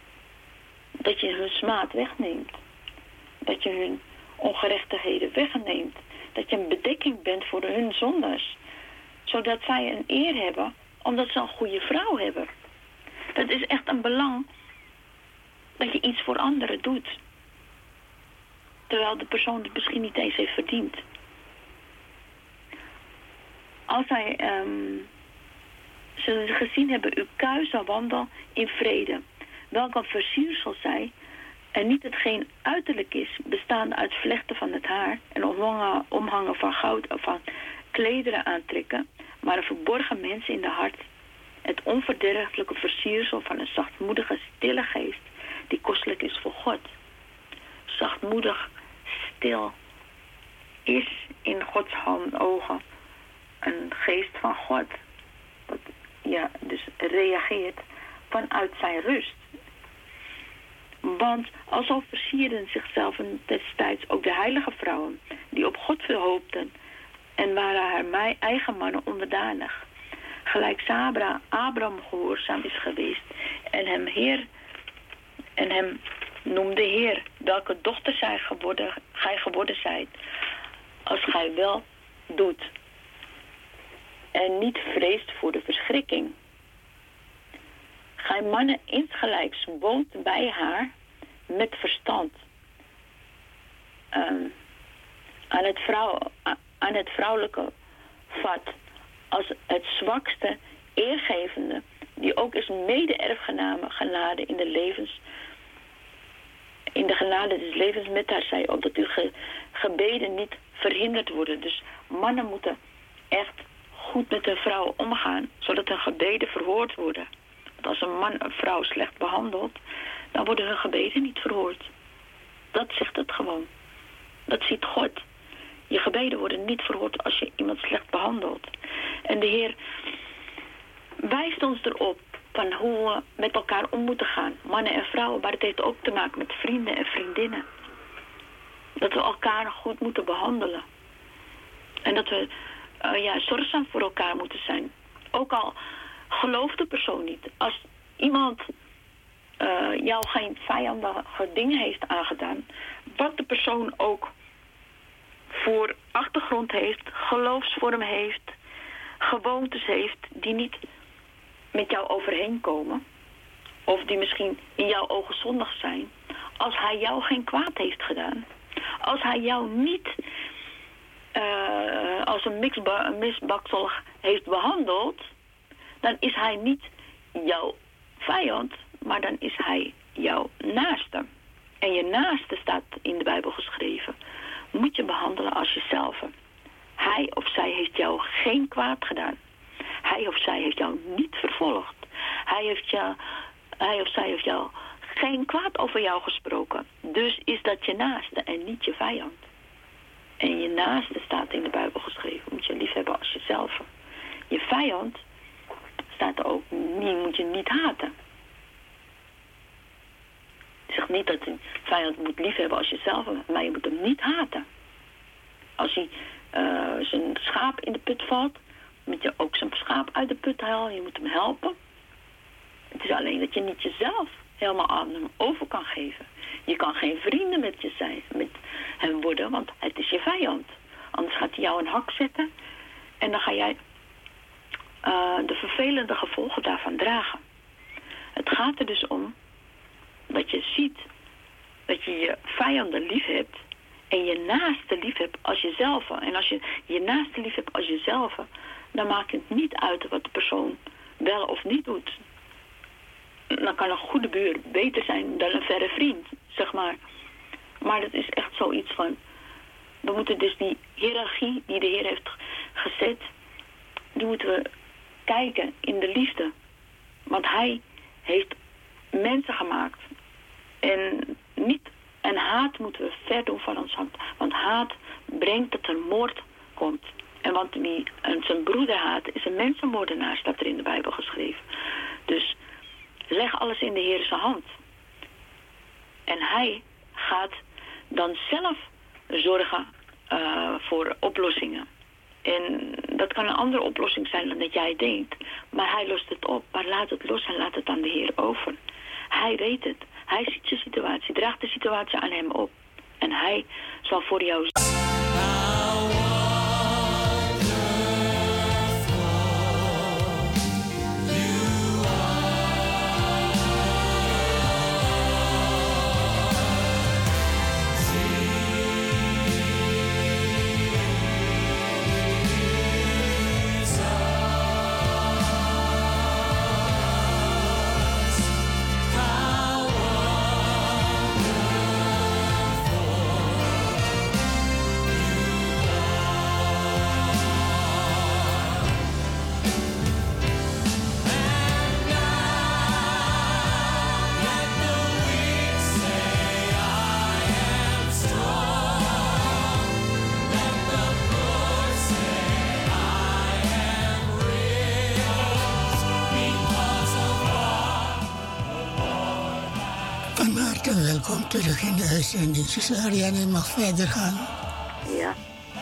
Dat je hun smaad wegneemt. Dat je hun ongerechtigheden wegneemt. Dat je een bedekking bent voor hun zondes. Zodat zij een eer hebben, omdat ze een goede vrouw hebben. Dat is echt een belang dat je iets voor anderen doet. Terwijl de persoon het misschien niet eens heeft verdiend. Als zij um, ze gezien hebben uw kuizen wandel in vrede, welk een versiersel zij, en niet hetgeen uiterlijk is, bestaande uit vlechten van het haar en omhangen, omhangen van goud of van klederen aantrekken, maar een verborgen mens in de hart Het onverderfelijke versiersel van een zachtmoedige, stille geest die kostelijk is voor God. Zachtmoedig, stil is in Gods hand, ogen een geest van God. Dat ja, dus reageert vanuit zijn rust. Want alzo versierden zichzelf destijds ook de heilige vrouwen die op God verhoopten en waren haar eigen mannen onderdanig. Gelijk Sabra Abraham gehoorzaam is geweest en hem Heer en hem noemde Heer, welke dochter zij geworden, gij geworden zijt, als gij wel doet en niet vreest voor de verschrikking. Gij mannen insgelijks woont bij haar met verstand um, aan, het vrouw, aan het vrouwelijke vat als het zwakste eergevende, die ook is mede-erfgename genade in de levens in de genade des levens met haar zij, opdat uw ge, gebeden niet verhinderd worden. Dus mannen moeten echt goed met hun vrouw omgaan, zodat hun gebeden verhoord worden. Want als een man een vrouw slecht behandelt, dan worden hun gebeden niet verhoord. Dat zegt het gewoon. Dat ziet God. Je gebeden worden niet verhoord als je iemand slecht behandelt. En de Heer wijst ons erop van hoe we met elkaar om moeten gaan. Mannen en vrouwen, maar het heeft ook te maken met vrienden en vriendinnen. Dat we elkaar goed moeten behandelen. En dat we uh, ja, zorgzaam voor elkaar moeten zijn. Ook al gelooft de persoon niet. Als iemand uh, jou geen vijandige dingen heeft aangedaan, wat de persoon ook voor achtergrond heeft, geloofsvorm heeft, gewoontes heeft die niet met jou overheen komen, of die misschien in jouw ogen zondig zijn, als hij jou geen kwaad heeft gedaan, als hij jou niet uh, als een, mixba- een misbaksel heeft behandeld, dan is hij niet jouw vijand, maar dan is hij jouw naaste. En je naaste staat in de Bijbel geschreven, moet je behandelen als jezelf. Hij of zij heeft jou geen kwaad gedaan. Hij of zij heeft jou niet vervolgd. Hij, heeft jou, hij of zij heeft jou geen kwaad over jou gesproken. Dus is dat je naaste en niet je vijand. En je naaste staat in de Bijbel geschreven. Moet je lief hebben als jezelf. Je vijand staat er ook, niet, moet je niet haten. Ik zeg niet dat een vijand moet lief hebben als jezelf, maar je moet hem niet haten. Als hij uh, zijn schaap in de put valt, moet je ook zijn schaap uit de put halen. Je moet hem helpen. Het is alleen dat je niet jezelf helemaal aan hem over kan geven. Je kan geen vrienden met je zijn, met hem worden, want het is je vijand. Anders gaat hij jou een hak zetten en dan ga jij uh, de vervelende gevolgen daarvan dragen. Het gaat er dus om dat je ziet dat je je vijanden lief hebt en je naaste lief hebt als jezelf. En als je je naaste lief hebt als jezelf, dan maakt het niet uit wat de persoon wel of niet doet. Dan kan een goede buur beter zijn dan een verre vriend, zeg maar. Maar dat is echt zoiets van, we moeten dus die hiërarchie die de Heer heeft gezet, die moeten we kijken in de liefde. Want hij heeft mensen gemaakt. En niet en haat moeten we ver doen van ons hand. Want haat brengt dat er moord komt. En want wie zijn broeder haat is een mensenmoordenaar, staat er in de Bijbel geschreven. Dus leg alles in de Heer zijn hand. En hij gaat dan zelf zorgen uh, voor oplossingen. En dat kan een andere oplossing zijn dan dat jij denkt. Maar hij lost het op. Maar laat het los en laat het aan de Heer over. Hij weet het. Hij ziet je situatie. Draagt de situatie aan hem op. En hij zal voor jou zijn. How harte welkom terug in de uitzending. Zuster Ariane, je mag verder gaan. Ja.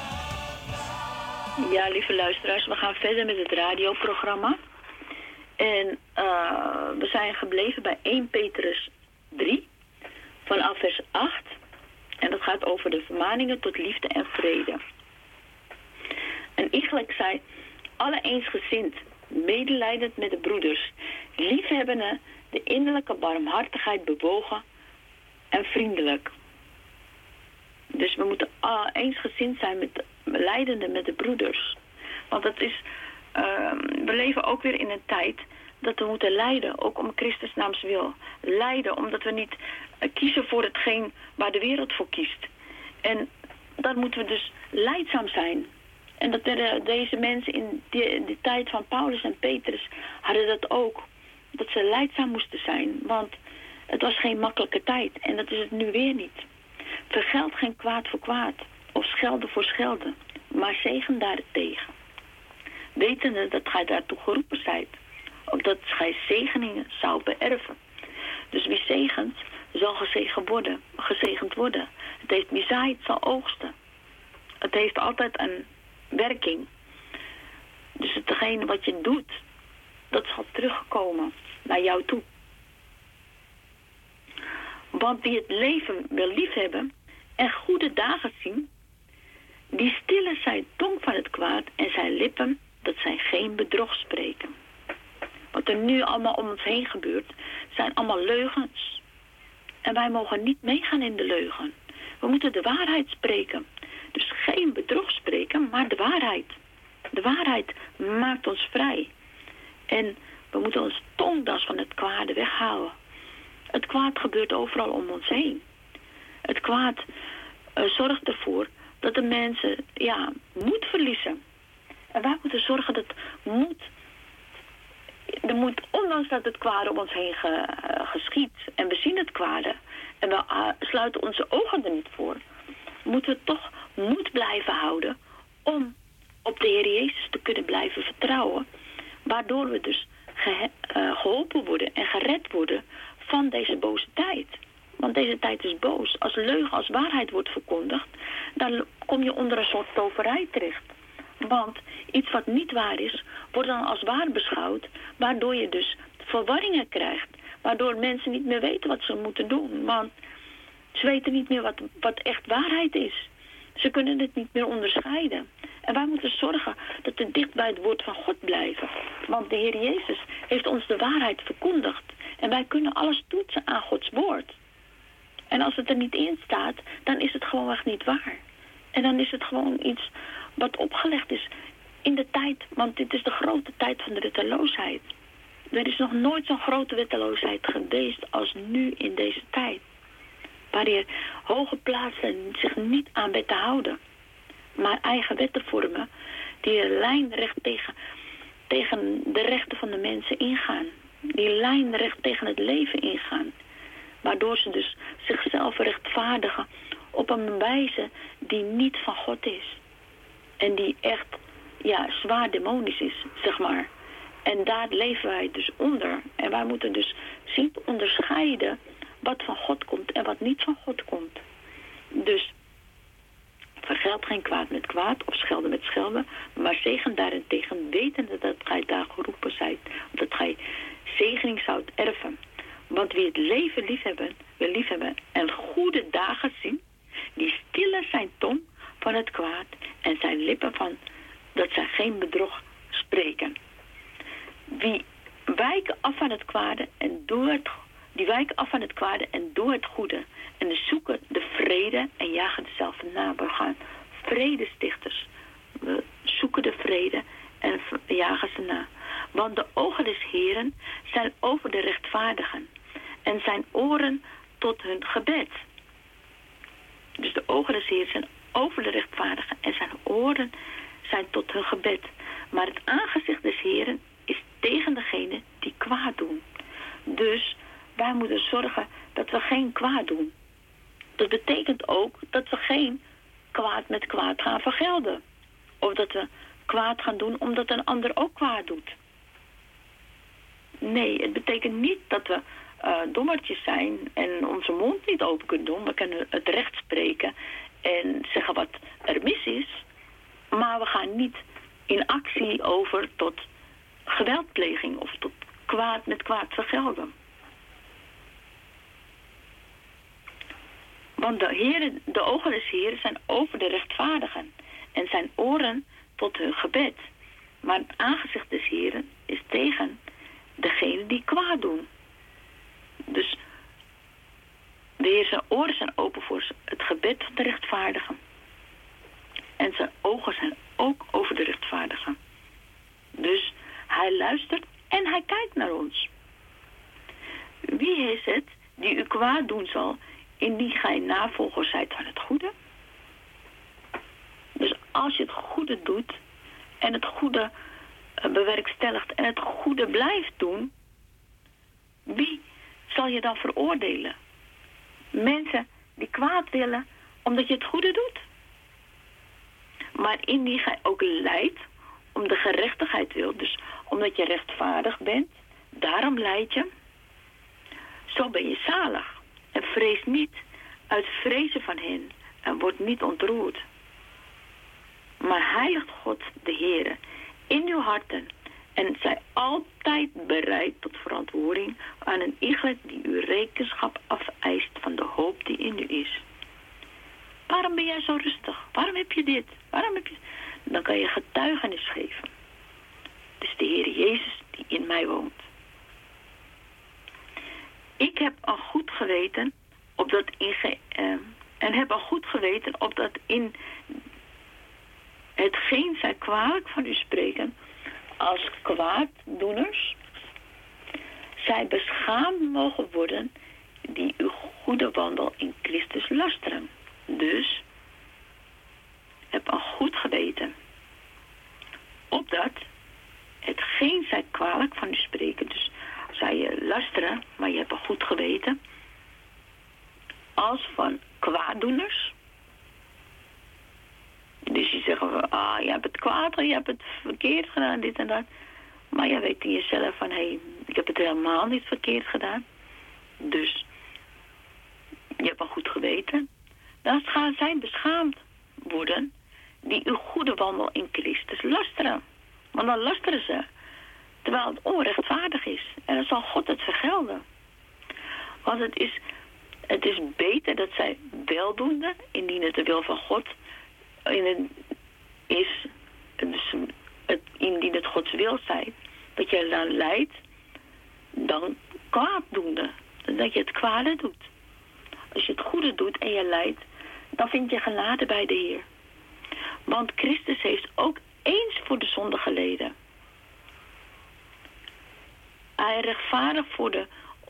Ja, lieve luisteraars, we gaan verder met het radioprogramma. En uh, we zijn gebleven bij eerste Petrus drie, vanaf vers acht. En dat gaat over de vermaningen tot liefde en vrede. En eigenlijk zei alle eensgezind, medelijdend met de broeders, liefhebbende, de innerlijke barmhartigheid bewogen en vriendelijk. Dus we moeten uh, eensgezind zijn met de lijdende met de broeders. Want het is, uh, we leven ook weer in een tijd dat we moeten lijden, ook om Christus naams wil. Lijden, omdat we niet uh, kiezen voor hetgeen waar de wereld voor kiest. En dan moeten we dus lijdzaam zijn. En dat werden deze mensen in de, de tijd van Paulus en Petrus hadden dat ook. Dat ze lijdzaam moesten zijn, want het was geen makkelijke tijd. En dat is het nu weer niet. Vergeld geen kwaad voor kwaad, of schelden voor schelden, maar zegen daartegen. Wetende dat gij daartoe geroepen zijt, opdat gij zegeningen zou beërven. Dus wie zegent, zal gezegend worden. Gezegend worden. Het heeft wie zaait, zal oogsten. Het heeft altijd een werking. Dus hetgene wat je doet, dat zal terugkomen naar jou toe. Want wie het leven wil liefhebben en goede dagen zien, die stillen zijn tong van het kwaad en zijn lippen, dat zij geen bedrog spreken. Wat er nu allemaal om ons heen gebeurt, zijn allemaal leugens. En wij mogen niet meegaan in de leugen. We moeten de waarheid spreken. Dus geen bedrog spreken, maar de waarheid. De waarheid maakt ons vrij. En we moeten ons tongdas van het kwade weghouden. Het kwaad gebeurt overal om ons heen. Het kwaad uh, zorgt ervoor dat de mensen ja, moed verliezen. En wij moeten zorgen dat moed, er moet, ondanks dat het kwade om ons heen ge, uh, geschiet, en we zien het kwade, en we uh, sluiten onze ogen er niet voor, moeten we toch moed blijven houden om op de Heer Jezus te kunnen blijven vertrouwen, waardoor we dus ge, uh, geholpen worden en gered worden van deze boze tijd. Want deze tijd is boos. Als leugen, als waarheid wordt verkondigd, dan kom je onder een soort toverij terecht. Want iets wat niet waar is, wordt dan als waar beschouwd, waardoor je dus verwarringen krijgt. Waardoor mensen niet meer weten wat ze moeten doen. Want ze weten niet meer wat, wat echt waarheid is. Ze kunnen het niet meer onderscheiden. En wij moeten zorgen dat we dicht bij het woord van God blijven. Want de Heer Jezus heeft ons de waarheid verkondigd. En wij kunnen alles toetsen aan Gods woord. En als het er niet in staat, dan is het gewoon echt niet waar. En dan is het gewoon iets wat opgelegd is in de tijd. Want dit is de grote tijd van de wetteloosheid. Er is nog nooit zo'n grote wetteloosheid geweest als nu in deze tijd. Waar je hoge plaatsen zich niet aan wetten houden. Maar eigen wetten vormen die lijnrecht tegen, tegen de rechten van de mensen ingaan. Die lijnrecht tegen het leven ingaan. Waardoor ze dus zichzelf rechtvaardigen op een wijze die niet van God is. En die echt ja, zwaar demonisch is, zeg maar. En daar leven wij dus onder. En wij moeten dus zien te onderscheiden wat van God komt en wat niet van God komt. Dus vergeld geen kwaad met kwaad of schelden met schelden, maar zegen daarentegen, wetende dat gij daar geroepen zijt, dat gij zegening zoudt erven. Want wie het leven liefhebben, wil liefhebben en goede dagen zien, die stillen zijn tong van het kwaad en zijn lippen van dat zij geen bedrog spreken. Wie wijken af van het kwade en doen het, die wijken af van het kwade en doen het goede en zoeken de vrede en jagen dezelfde na. We gaan vredestichters. We zoeken de vrede en jagen ze na. Want de ogen des Heren zijn over de rechtvaardigen en zijn oren tot hun gebed. Dus de ogen des Heren zijn over de rechtvaardigen en zijn oren zijn tot hun gebed. Maar het aangezicht des Heren is tegen degene die kwaad doen. Dus wij moeten zorgen dat we geen kwaad doen. Dat betekent ook dat we geen kwaad met kwaad gaan vergelden. Of dat we kwaad gaan doen omdat een ander ook kwaad doet. Nee, het betekent niet dat we uh, dommertjes zijn en onze mond niet open kunnen doen. We kunnen het recht spreken en zeggen wat er mis is. Maar we gaan niet in actie over tot geweldpleging of tot kwaad met kwaad vergelden. Want de, heren, de ogen des Heren zijn over de rechtvaardigen en zijn oren tot hun gebed. Maar het aangezicht des Heren is tegen degenen die kwaad doen. Dus de Heer zijn oren zijn open voor het gebed van de rechtvaardigen. En zijn ogen zijn ook over de rechtvaardigen. Dus hij luistert en hij kijkt naar ons. Wie is het die u kwaad doen zal, indien gij navolger zijt van het goede? Dus als je het goede doet en het goede bewerkstelligt en het goede blijft doen, wie zal je dan veroordelen? Mensen die kwaad willen omdat je het goede doet. Maar indien gij ook lijdt om de gerechtigheid wil, dus omdat je rechtvaardig bent, daarom lijd je, zo ben je zalig. En vrees niet uit vrezen van hen en word niet ontroerd. Maar heiligt God de Heere in uw harten en zij altijd bereid tot verantwoording aan een iegelijk die uw rekenschap afeist van de hoop die in u is. Waarom ben jij zo rustig? Waarom heb je dit? Waarom heb je... Dan kan je getuigenis geven. Het is de Heer Jezus die in mij woont. Ik heb al goed geweten, opdat in ge, uh, en heb al goed geweten, opdat in hetgeen zij kwalijk van u spreken, als kwaaddoeners, zij beschaamd mogen worden, die uw goede wandel in Christus lasteren. Dus, heb al goed geweten, opdat hetgeen zij kwalijk van u spreken, dus zij je lasteren, maar je hebt al goed geweten, als van kwaaddoeners. Dus je zegt, ah, je hebt het kwaad, je hebt het verkeerd gedaan, dit en dat. Maar je weet in jezelf van, hé, hey, ik heb het helemaal niet verkeerd gedaan. Dus, je hebt al goed geweten. Dan gaan zij beschaamd worden die uw goede wandel in Christus lasteren. Want dan lasteren ze, terwijl het onrechtvaardig is. En dan zal God het vergelden. Want het is, het is beter dat zij weldoende, indien het de wil van God in het is, dus het, indien het Gods wil zijn, dat je dan lijdt, dan kwaaddoende. Dat je het kwade doet. Als je het goede doet en je lijdt, dan vind je genade bij de Heer. Want Christus heeft ook eens voor de zonde geleden. Hij rechtvaardig voor de,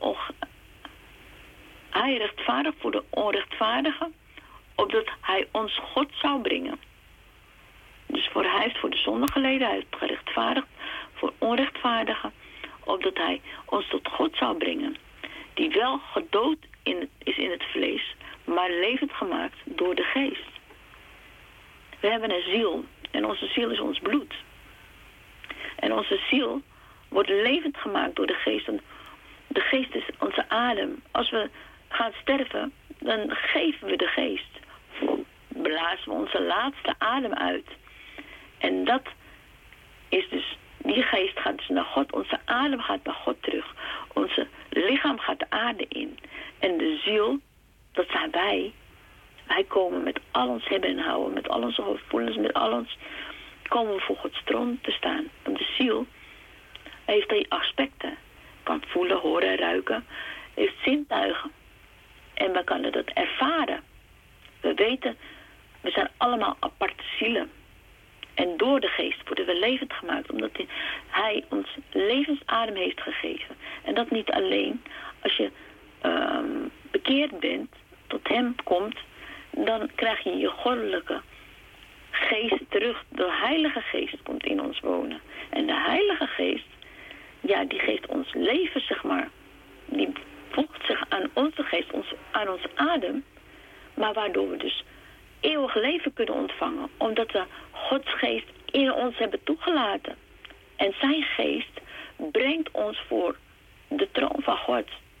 hij rechtvaardig voor de onrechtvaardigen, opdat hij ons God zou brengen. Dus voor, hij heeft voor de zonde geleden, hij heeft gerechtvaardigd voor onrechtvaardigen, opdat hij ons tot God zou brengen. Die wel gedood in het, is in het vlees, maar levend gemaakt door de geest. We hebben een ziel en onze ziel is ons bloed. En onze ziel wordt levend gemaakt door de geest. En de geest is onze adem. Als we gaan sterven, dan geven we de geest. Blazen we onze laatste adem uit. En dat is dus, die geest gaat dus naar God. Onze adem gaat naar God terug. Onze lichaam gaat de aarde in. En de ziel, dat zijn wij. Wij komen met al ons hebben en houden, met al onze gevoelens, met al ons, komen we voor Gods troon te staan. Want de ziel heeft die aspecten. Kan voelen, horen, ruiken. Heeft zintuigen. En we kunnen dat ervaren. We weten, we zijn allemaal aparte zielen. En door de geest worden we levend gemaakt. Omdat hij ons levensadem heeft gegeven. En dat niet alleen als je um, bekeerd bent, tot hem komt, dan krijg je je goddelijke geest terug. De Heilige Geest komt in ons wonen. En de Heilige Geest, ja, die geeft ons leven, zeg maar. Die voegt zich aan onze geest, ons, aan ons adem. Maar waardoor we dus eeuwig leven kunnen ontvangen. Omdat we Gods geest in ons hebben toegelaten. En zijn geest brengt ons voor de troon van God.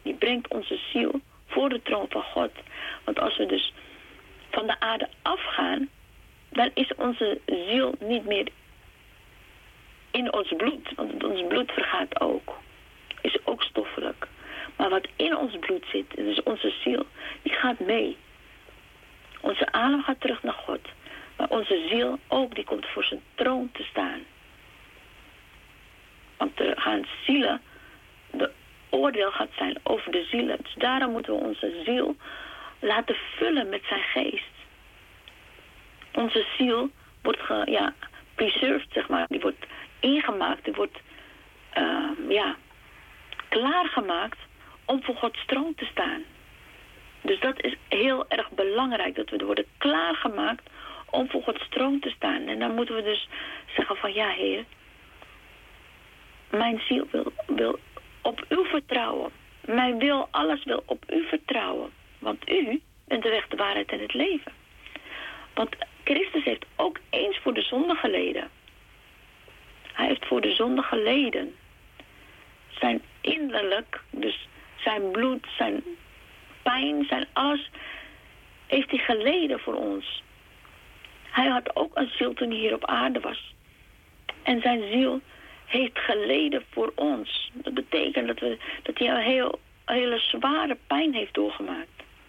die brengt onze ziel voor de troon van God. Want als we dus van de aarde afgaan, dan is onze ziel niet meer in ons bloed. Want ons bloed vergaat ook. Is ook stoffelijk. Maar wat in ons bloed zit, dus onze ziel, die gaat mee. Onze adem gaat terug naar God. Maar onze ziel ook, die komt voor zijn troon te staan. Want er gaan zielen, de oordeel gaat zijn over de zielen. Dus daarom moeten we onze ziel laten vullen met zijn geest. Onze ziel wordt ge, ja, preserved, zeg maar. Die wordt ingemaakt, die wordt uh, ja, klaargemaakt om voor Gods troon te staan. Dus dat is heel erg belangrijk, dat we worden klaargemaakt om voor Gods troon te staan. En dan moeten we dus zeggen van, ja Heer, mijn ziel wil, wil op u vertrouwen. Mijn wil, alles wil op u vertrouwen. Want u bent de weg, de waarheid en het leven. Want Christus heeft ook eens voor de zonde geleden. Hij heeft voor de zonde geleden. Zijn innerlijk, dus zijn bloed, zijn pijn, zijn alles, heeft hij geleden voor ons. Hij had ook een ziel toen hij hier op aarde was. En zijn ziel heeft geleden voor ons. Dat betekent dat, we, dat hij een heel, hele zware pijn heeft doorgemaakt.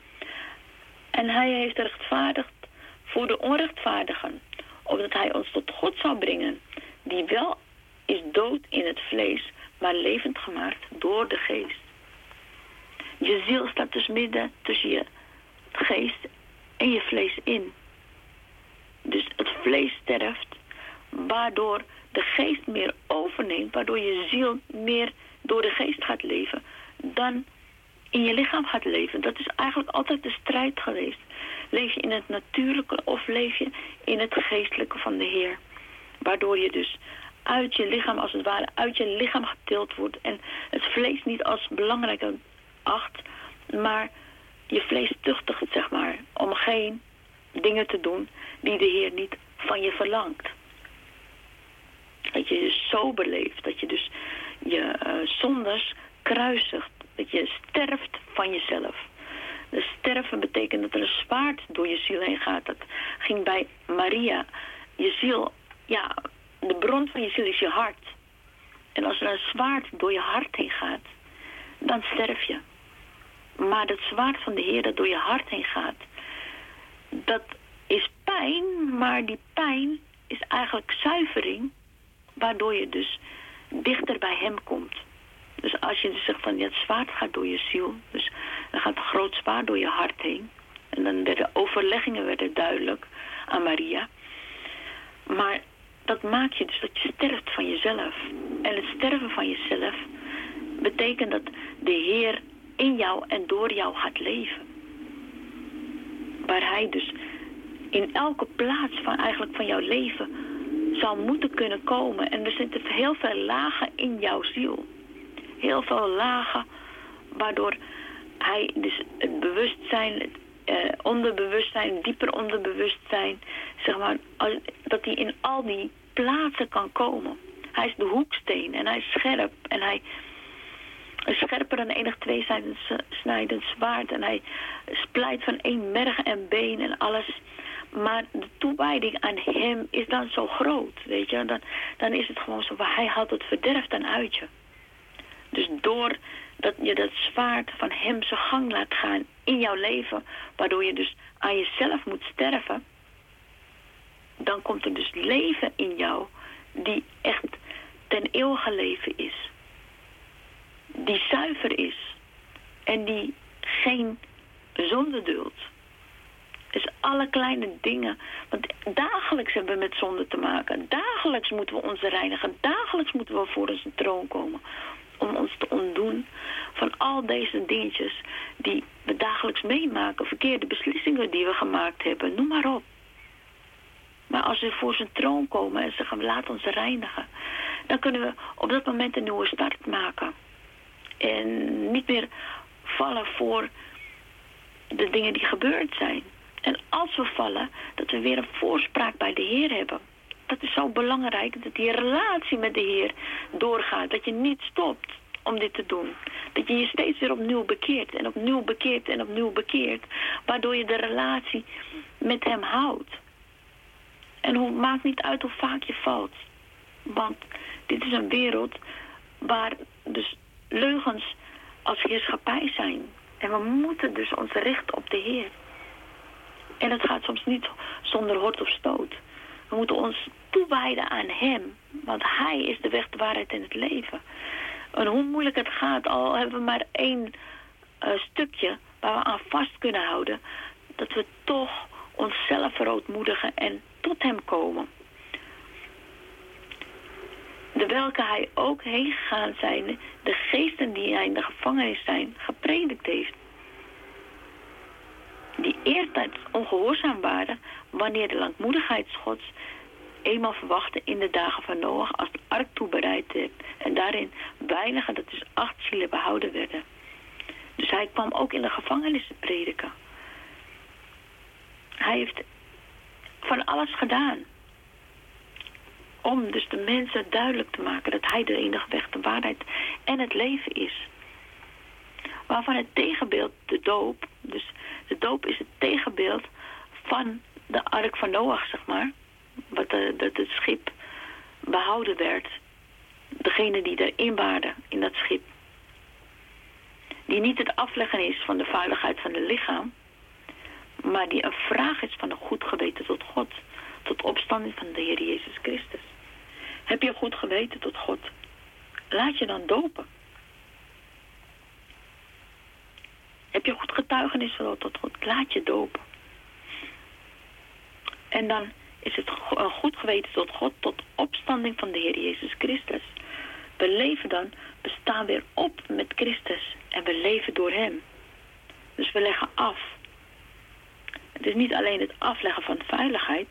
En hij heeft rechtvaardigd voor de onrechtvaardigen. Opdat hij ons tot God zou brengen. Die wel is dood in het vlees, maar levend gemaakt door de geest. Je ziel staat dus midden tussen je geest en je vlees in. Dus het vlees sterft, waardoor de geest meer overneemt, waardoor je ziel meer door de geest gaat leven dan in je lichaam gaat leven. Dat is eigenlijk altijd de strijd geweest. Leef je in het natuurlijke of leef je in het geestelijke van de Heer? Waardoor je dus uit je lichaam, als het ware, uit je lichaam getild wordt. En het vlees niet als belangrijk acht, maar je vlees tuchtigt, zeg maar, om geen dingen te doen die de Heer niet van je verlangt. Dat je dus zo beleeft, dat je dus je uh, zondes kruisigt, dat je sterft van jezelf. Dus sterven betekent dat er een zwaard door je ziel heen gaat. Dat ging bij Maria. Je ziel, ja, de bron van je ziel is je hart. En als er een zwaard door je hart heen gaat, dan sterf je. Maar dat zwaard van de Heer dat door je hart heen gaat, dat is pijn, maar die pijn is eigenlijk zuivering, waardoor je dus dichter bij hem komt. Dus als je dus zegt van, ja, het zwaard gaat door je ziel, dus dan gaat een groot zwaard door je hart heen. En dan werden overleggingen werden duidelijk aan Maria. Maar dat maakt je dus dat je sterft van jezelf. En het sterven van jezelf betekent dat de Heer in jou en door jou gaat leven. Waar hij dus in elke plaats van eigenlijk van jouw leven zou moeten kunnen komen. En er zitten heel veel lagen in jouw ziel. Heel veel lagen waardoor hij dus het bewustzijn, het uh, onderbewustzijn, dieper onderbewustzijn, zeg maar, dat hij in al die plaatsen kan komen. Hij is de hoeksteen en hij is scherp en hij is scherper dan enig tweesnijdend zwaard en hij splijt van één merg en been en alles. Maar de toewijding aan hem is dan zo groot, weet je. Dan, dan is het gewoon zo, hij haalt het verderf dan uit je. Dus door dat je dat zwaard van hem zijn gang laat gaan in jouw leven, waardoor je dus aan jezelf moet sterven, dan komt er dus leven in jou die echt ten eeuwige leven is. Die zuiver is en die geen zonde duldt. Dus alle kleine dingen, want dagelijks hebben we met zonde te maken. Dagelijks moeten we ons reinigen. Dagelijks moeten we voor onze troon komen. Om ons te ontdoen van al deze dingetjes die we dagelijks meemaken. Verkeerde beslissingen die we gemaakt hebben. Noem maar op. Maar als we voor zijn troon komen en zeggen, laat ons reinigen. Dan kunnen we op dat moment een nieuwe start maken. En niet meer vallen voor de dingen die gebeurd zijn. En als we vallen, dat we weer een voorspraak bij de Heer hebben. Dat is zo belangrijk, dat die relatie met de Heer doorgaat. Dat je niet stopt om dit te doen. Dat je je steeds weer opnieuw bekeert en opnieuw bekeert en opnieuw bekeert. Waardoor je de relatie met hem houdt. En het maakt niet uit hoe vaak je valt. Want dit is een wereld waar dus leugens als heerschappij zijn. En we moeten dus ons richten op de Heer. En het gaat soms niet zonder hort of stoot. We moeten ons toewijden aan hem. Want hij is de weg, de waarheid en het leven. En hoe moeilijk het gaat, al hebben we maar één uh, stukje waar we aan vast kunnen houden. Dat we toch onszelf verootmoedigen en tot hem komen. De welke hij ook heen gegaan zijn, de geesten die hij in de gevangenis zijn, gepredikt heeft. Die eertijds ongehoorzaam waren, wanneer de langmoedigheid Gods eenmaal verwachtte in de dagen van Noach, als de ark toebereid werd. En daarin weinige, dat is acht zielen, behouden werden. Dus hij kwam ook in de gevangenis te prediken. Hij heeft van alles gedaan. Om dus de mensen duidelijk te maken dat hij de enige weg, de waarheid en het leven is. Waarvan het tegenbeeld, de doop, dus de doop is het tegenbeeld van de ark van Noach, zeg maar. Wat de, dat het schip behouden werd. Degene die erin waren, in dat schip. Die niet het afleggen is van de vuiligheid van het lichaam. Maar die een vraag is van een goed geweten tot God. Tot opstanding van de Heer Jezus Christus. Heb je goed geweten tot God? Laat je dan dopen. Heb je goed getuigenis tot God? Laat je dopen. En dan is het een goed geweten tot God, tot opstanding van de Heer Jezus Christus. We leven dan, we staan weer op met Christus en we leven door hem. Dus we leggen af. Het is niet alleen het afleggen van vuiligheid,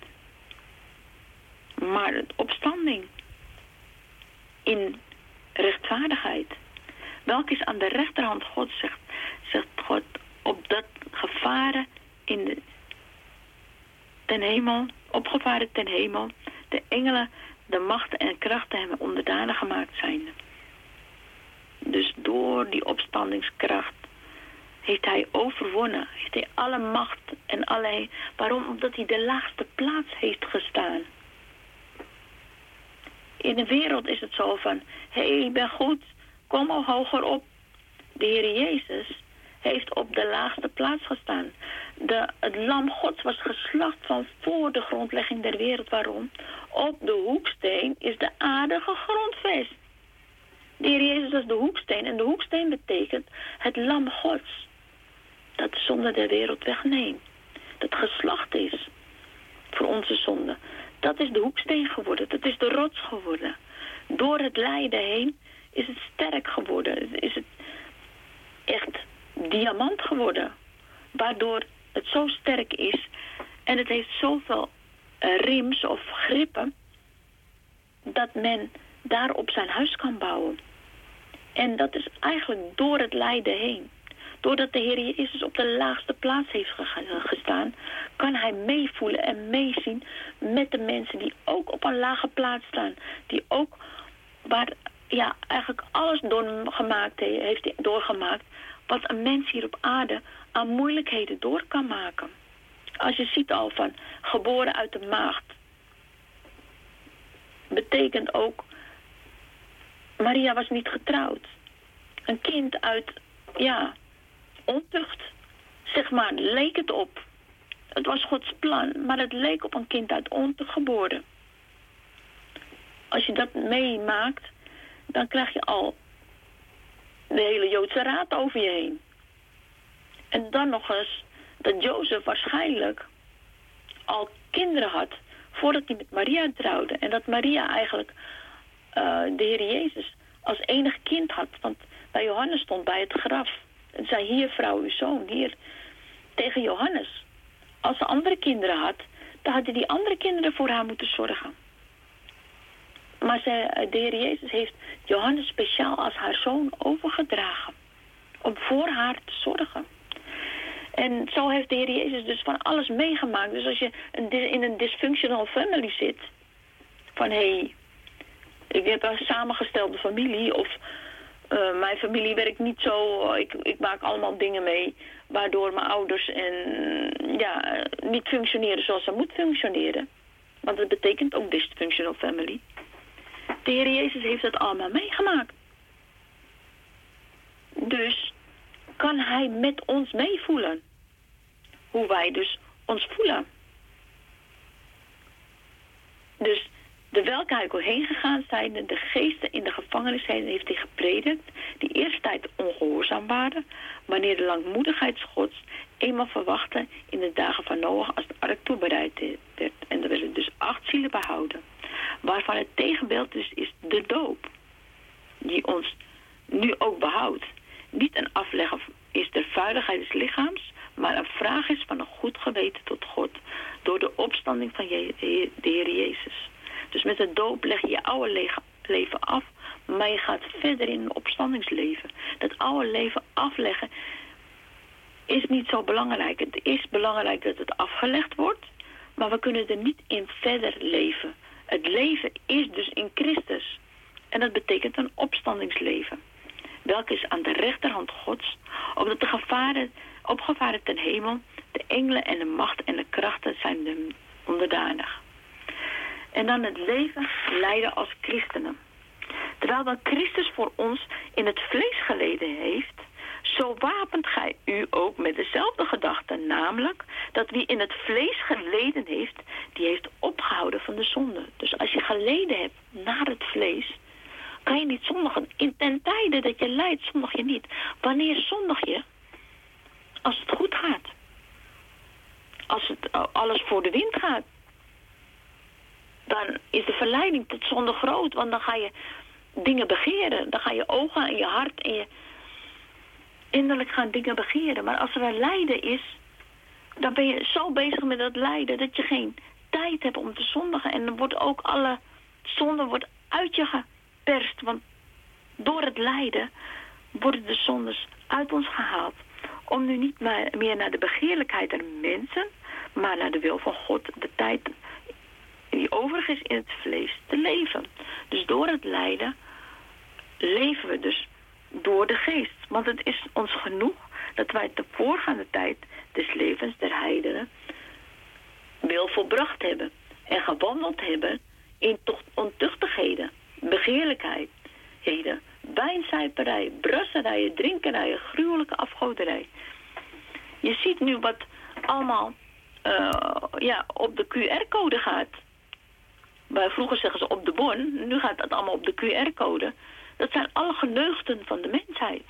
maar het opstanding in rechtvaardigheid. Welk is aan de rechterhand God, zegt, zegt God, op dat gevaren in de, ten hemel, opgevaren ten hemel, de engelen, de machten en krachten hem onderdanig gemaakt zijn. Dus door die opstandingskracht heeft hij overwonnen, heeft hij alle macht en alle... Waarom? Omdat hij de laagste plaats heeft gestaan. In de wereld is het zo van, hé, hey, ik ben goed, kom al hoger op. De Heer Jezus heeft op de laagste plaats gestaan. De, het lam Gods was geslacht van voor de grondlegging der wereld. Waarom? Op de hoeksteen is de aarde gegrondvest. De Heer Jezus was de hoeksteen. En de hoeksteen betekent het lam Gods. Dat de zonde der wereld wegneemt. Dat geslacht is voor onze zonde. Dat is de hoeksteen geworden. Dat is de rots geworden. Door het lijden heen is het sterk geworden. Is het echt diamant geworden. Waardoor het zo sterk is. En het heeft zoveel uh, rims of grippen. Dat men daarop zijn huis kan bouwen. En dat is eigenlijk door het lijden heen. Doordat de Heer Jezus op de laagste plaats heeft gestaan, kan hij meevoelen en meezien met de mensen die ook op een lage plaats staan. Die ook, waar ja, eigenlijk alles doorgemaakt heeft doorgemaakt, wat een mens hier op aarde aan moeilijkheden door kan maken. Als je ziet al van geboren uit de maagd, betekent ook, Maria was niet getrouwd. Een kind uit, ja, ontucht, zeg maar, leek het op. Het was Gods plan, maar het leek op een kind uit ontucht geboren. Als je dat meemaakt, dan krijg je al de hele Joodse raad over je heen. En dan nog eens dat Jozef waarschijnlijk al kinderen had voordat hij met Maria trouwde. En dat Maria eigenlijk uh, de Heer Jezus als enig kind had. Want bij Johannes stond bij het graf. En zei, hier vrouw, uw zoon, hier. Tegen Johannes. Als ze andere kinderen had, dan hadden die andere kinderen voor haar moeten zorgen. Maar ze, de Heer Jezus heeft Johannes speciaal als haar zoon overgedragen. Om voor haar te zorgen. En zo heeft de Heer Jezus dus van alles meegemaakt. Dus als je in een dysfunctional family zit. Van hé, hey, ik heb een samengestelde familie. Of Uh, mijn familie werkt niet zo. Ik, ik maak allemaal dingen mee waardoor mijn ouders en, ja, niet functioneren zoals ze moeten functioneren. Want dat betekent ook dysfunctional family. De Heer Jezus heeft dat allemaal meegemaakt. Dus kan Hij met ons meevoelen. Hoe wij dus ons voelen. Dus de welke hij heen gegaan zijn, de geesten in de gevangenis zijn, heeft hij gepredikt, die eerste tijd ongehoorzaam waren, wanneer de langmoedigheid Gods eenmaal verwachtte in de dagen van Noach als de ark toebereid werd. En er werden dus acht zielen behouden. Waarvan het tegenbeeld dus is de doop, die ons nu ook behoudt. Niet een afleggen is der vuiligheid des lichaams, maar een vraag is van een goed geweten tot God door de opstanding van Je- de Heer Jezus. Dus met de doop leg je je oude le- leven af, maar je gaat verder in een opstandingsleven. Dat oude leven afleggen is niet zo belangrijk. Het is belangrijk dat het afgelegd wordt, maar we kunnen er niet in verder leven. Het leven is dus in Christus. En dat betekent een opstandingsleven. Welke is aan de rechterhand Gods, opdat de gevaren, opgevaren ten hemel, de engelen en de macht en de krachten zijn hem onderdanig. En dan het leven leiden als christenen. Terwijl dan Christus voor ons in het vlees geleden heeft, zo wapent gij u ook met dezelfde gedachte, namelijk dat wie in het vlees geleden heeft, die heeft opgehouden van de zonde. Dus als je geleden hebt naar het vlees, kan je niet zondigen. In ten tijde dat je lijdt, zondig je niet. Wanneer zondig je? Als het goed gaat. Als het alles voor de wind gaat. Dan is de verleiding tot zonde groot. Want dan ga je dingen begeren. Dan ga je ogen en je hart en je innerlijk gaan dingen begeren. Maar als er een lijden is, dan ben je zo bezig met dat lijden dat je geen tijd hebt om te zondigen. En dan wordt ook alle zonde wordt uit je geperst. Want door het lijden worden de zondes uit ons gehaald. Om nu niet meer naar de begeerlijkheid der mensen, maar naar de wil van God, de tijd die overig is in het vlees, te leven. Dus door het lijden leven we dus door de geest. Want het is ons genoeg dat wij de voorgaande tijd des levens der heidenen wil volbracht hebben. En gewandeld hebben in ontuchtigheden, begeerlijkheden, wijnzuiperij, brasserijen, drinkerijen, gruwelijke afgoderij. Je ziet nu wat allemaal uh, ja, op de Q R-code gaat. Waar vroeger zeggen ze op de bon, nu gaat dat allemaal op de Q R-code. Dat zijn alle geneugten van de mensheid.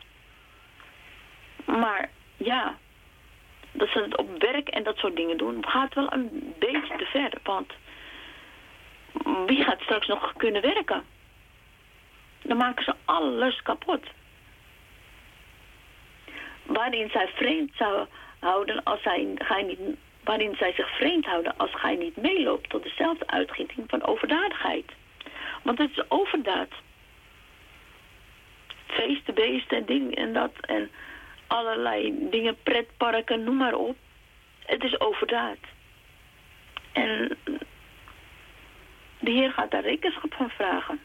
Maar ja, dat ze het op werk en dat soort dingen doen, gaat wel een beetje te ver. Want wie gaat straks nog kunnen werken? Dan maken ze alles kapot. Waarin zij vreemd zou houden als zij, gij niet, waarin zij zich vreemd houden als gij niet meeloopt tot dezelfde uitgieting van overdadigheid. Want het is overdaad. Feesten, beesten en dingen en dat en allerlei dingen, pretparken, noem maar op. Het is overdaad. En de Heer gaat daar rekenschap van vragen.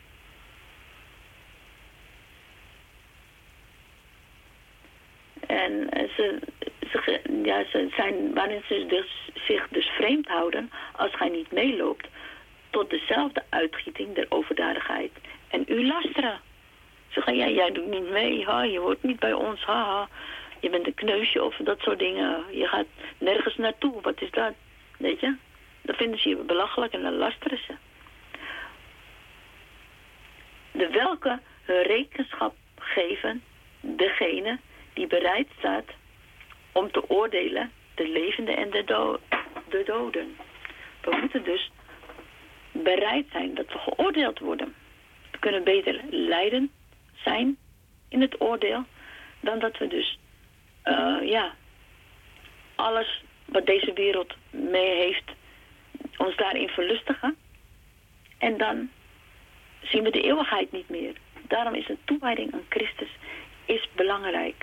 En ze, ze, ja, ze zijn, waarin ze dus, zich dus vreemd houden als gij niet meeloopt tot dezelfde uitgieting der overdadigheid. En u lasteren. Ze gaan, ja, jij doet niet mee, ha, je hoort niet bij ons, haha. Je bent een kneusje of dat soort dingen. Je gaat nergens naartoe, wat is dat? Weet je? Dan vinden ze je belachelijk en dan lasteren ze. De welke hun rekenschap geven degene die bereid staat om te oordelen de levenden en de, do- de doden. We moeten dus bereid zijn dat we geoordeeld worden. We kunnen beter lijden zijn in het oordeel dan dat we dus uh, ja, alles wat deze wereld mee heeft ons daarin verlustigen en dan zien we de eeuwigheid niet meer. Daarom is een toewijding aan Christus is belangrijk.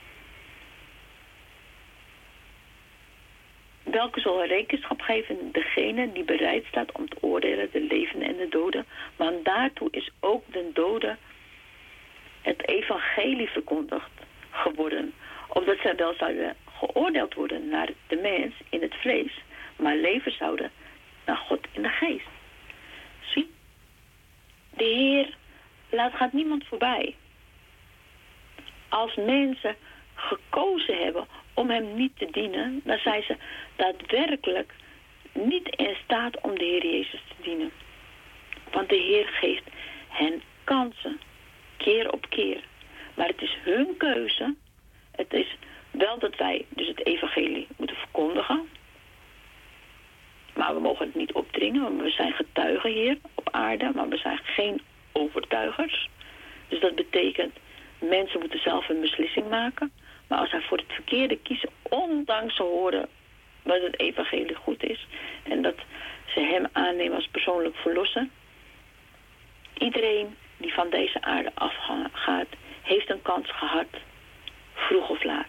Welke zal een rekenschap geven degene die bereid staat om te oordelen de levenden en de doden. Want daartoe is ook de dode het evangelie verkondigd geworden, opdat zij wel zouden geoordeeld worden naar de mens in het vlees, maar leven zouden naar God in de geest. Zie, de Heer laat gaat niemand voorbij. Als mensen gekozen hebben om hem niet te dienen, dan zijn ze daadwerkelijk niet in staat om de Heer Jezus te dienen. Want de Heer geeft hen kansen, keer op keer. Maar het is hun keuze. Het is wel dat wij dus het evangelie moeten verkondigen. Maar we mogen het niet opdringen, want we zijn getuigen hier op aarde, maar we zijn geen overtuigers. Dus dat betekent, mensen moeten zelf een beslissing maken. Maar als zij voor het verkeerde kiezen, ondanks ze horen dat het evangelie goed is en dat ze hem aannemen als persoonlijk verlosser. Iedereen die van deze aarde afgaat, heeft een kans gehad, vroeg of laat.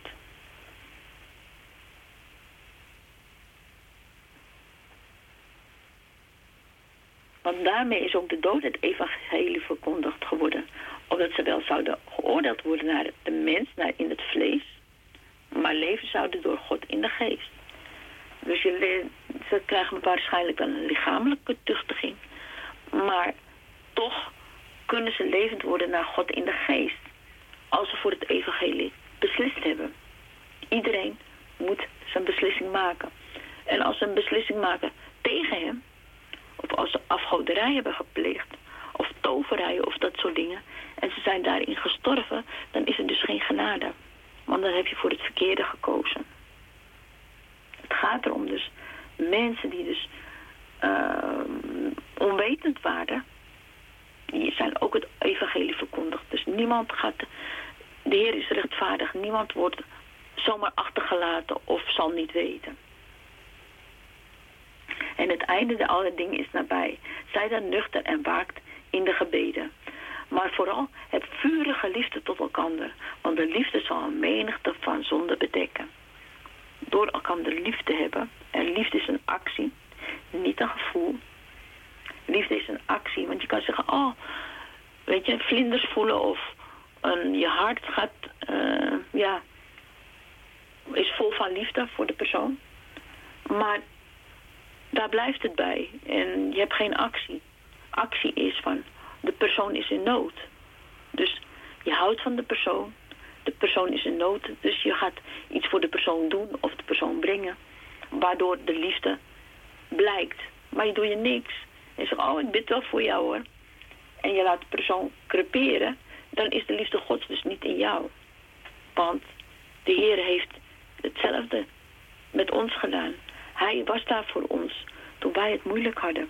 Want daarmee is ook de dood het evangelie verkondigd geworden. Opdat ze wel zouden geoordeeld worden naar de mens, naar in het vlees. Maar leven zouden door God in de geest. Dus je, ze krijgen waarschijnlijk wel een lichamelijke tuchtiging. Maar toch kunnen ze levend worden naar God in de geest. Als ze voor het evangelie beslist hebben. Iedereen moet zijn beslissing maken. En als ze een beslissing maken tegen hem, of als ze afgoderij hebben gepleegd, of toverij of dat soort dingen, en ze zijn daarin gestorven, dan is er dus geen genade. Want dan heb je voor het verkeerde gekozen. Het gaat erom dus, mensen die dus uh, onwetend waren, die zijn ook het evangelie verkondigd. Dus niemand gaat, de Heer is rechtvaardig, niemand wordt zomaar achtergelaten of zal niet weten. En het einde der alle dingen is nabij. Zij dan nuchter en waakt in de gebeden. Maar vooral heb vurige liefde tot elkander. Want de liefde zal een menigte van zonde bedekken. Door elkander lief te hebben. En liefde is een actie. Niet een gevoel. Liefde is een actie. Want je kan zeggen, oh, weet je, vlinders voelen of een, je hart gaat, uh, ja, is vol van liefde voor de persoon. Maar daar blijft het bij. En je hebt geen actie. Actie is van, de persoon is in nood. Dus je houdt van de persoon. De persoon is in nood. Dus je gaat iets voor de persoon doen of de persoon brengen. Waardoor de liefde blijkt. Maar je doet je niks. En je zegt, oh, ik bid wel voor jou hoor. En je laat de persoon creperen. Dan is de liefde Gods dus niet in jou. Want de Heer heeft hetzelfde met ons gedaan. Hij was daar voor ons toen wij het moeilijk hadden.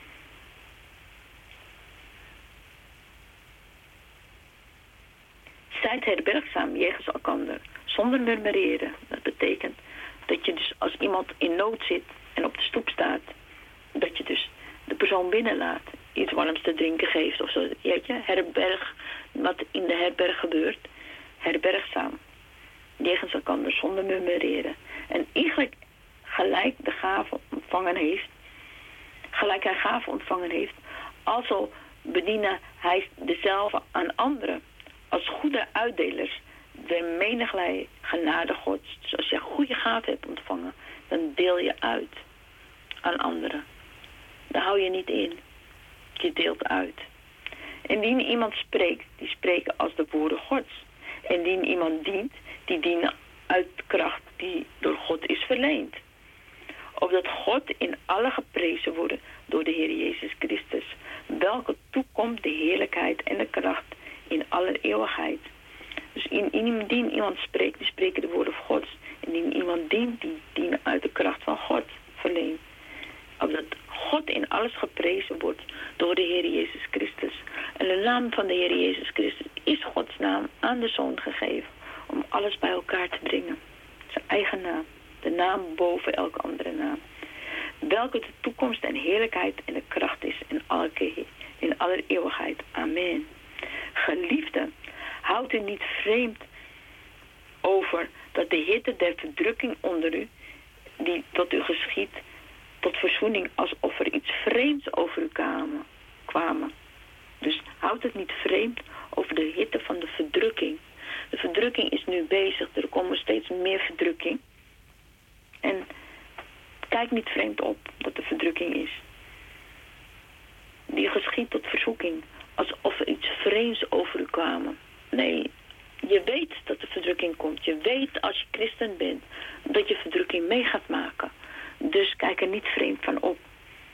Zijt herbergzaam jegens elkander, zonder murmureren. Dat betekent dat je dus als iemand in nood zit en op de stoep staat, dat je dus de persoon binnenlaat, iets warms te drinken geeft of zo. Weet je, herberg, wat in de herberg gebeurt, herbergzaam jegens elkander, zonder murmureren. En eigenlijk gelijk de gave ontvangen heeft, gelijk hij gave ontvangen heeft, alzo bedienen hij dezelfde aan anderen. Als goede uitdelers de meniglijk genade Gods. Dus als je goede gave hebt ontvangen, dan deel je uit aan anderen. Daar hou je niet in. Je deelt uit. Indien iemand spreekt, die spreken als de woorden Gods. Indien iemand dient, die dienen uit kracht die door God is verleend. Opdat God in alle geprezen worden door de Heer Jezus Christus. Welke toekomt de heerlijkheid en de kracht in alle eeuwigheid. Dus indien iemand spreekt, die spreken de woorden Gods. Indien iemand dient, die dienen uit de kracht van God verleend. Opdat God in alles geprezen wordt door de Heer Jezus Christus. En de naam van de Heer Jezus Christus is Gods naam aan de Zoon gegeven. Om alles bij elkaar te brengen. Zijn eigen naam. De naam boven elke andere naam. Welke de toekomst en heerlijkheid en de kracht is in alle, in alle eeuwigheid. Amen. Geliefde, houd u niet vreemd over dat de hitte der verdrukking onder u, die tot u geschiet, tot verzoening alsof er iets vreemds over u kwamen. kwamen. Dus houd het niet vreemd over de hitte van de verdrukking. De verdrukking is nu bezig. Er komen steeds meer verdrukking. En kijk niet vreemd op dat er verdrukking is. Die geschiet tot verzoeking. Alsof er iets vreemds over u kwam. Nee, je weet dat er verdrukking komt. Je weet als je christen bent dat je verdrukking mee gaat maken. Dus kijk er niet vreemd van op.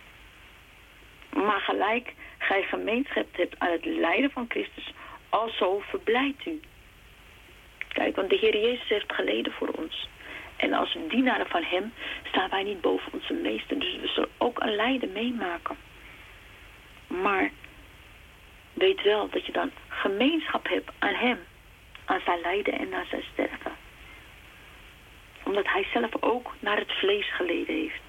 Maar gelijk gij gemeenschap hebt aan het lijden van Christus, alzo verblijdt u. Kijk, want de Heer Jezus heeft geleden voor ons. En als dienaren van hem staan wij niet boven onze meester. Dus we zullen ook een lijden meemaken. Maar weet wel dat je dan gemeenschap hebt aan hem. Aan zijn lijden en aan zijn sterven. Omdat hij zelf ook naar het vlees geleden heeft.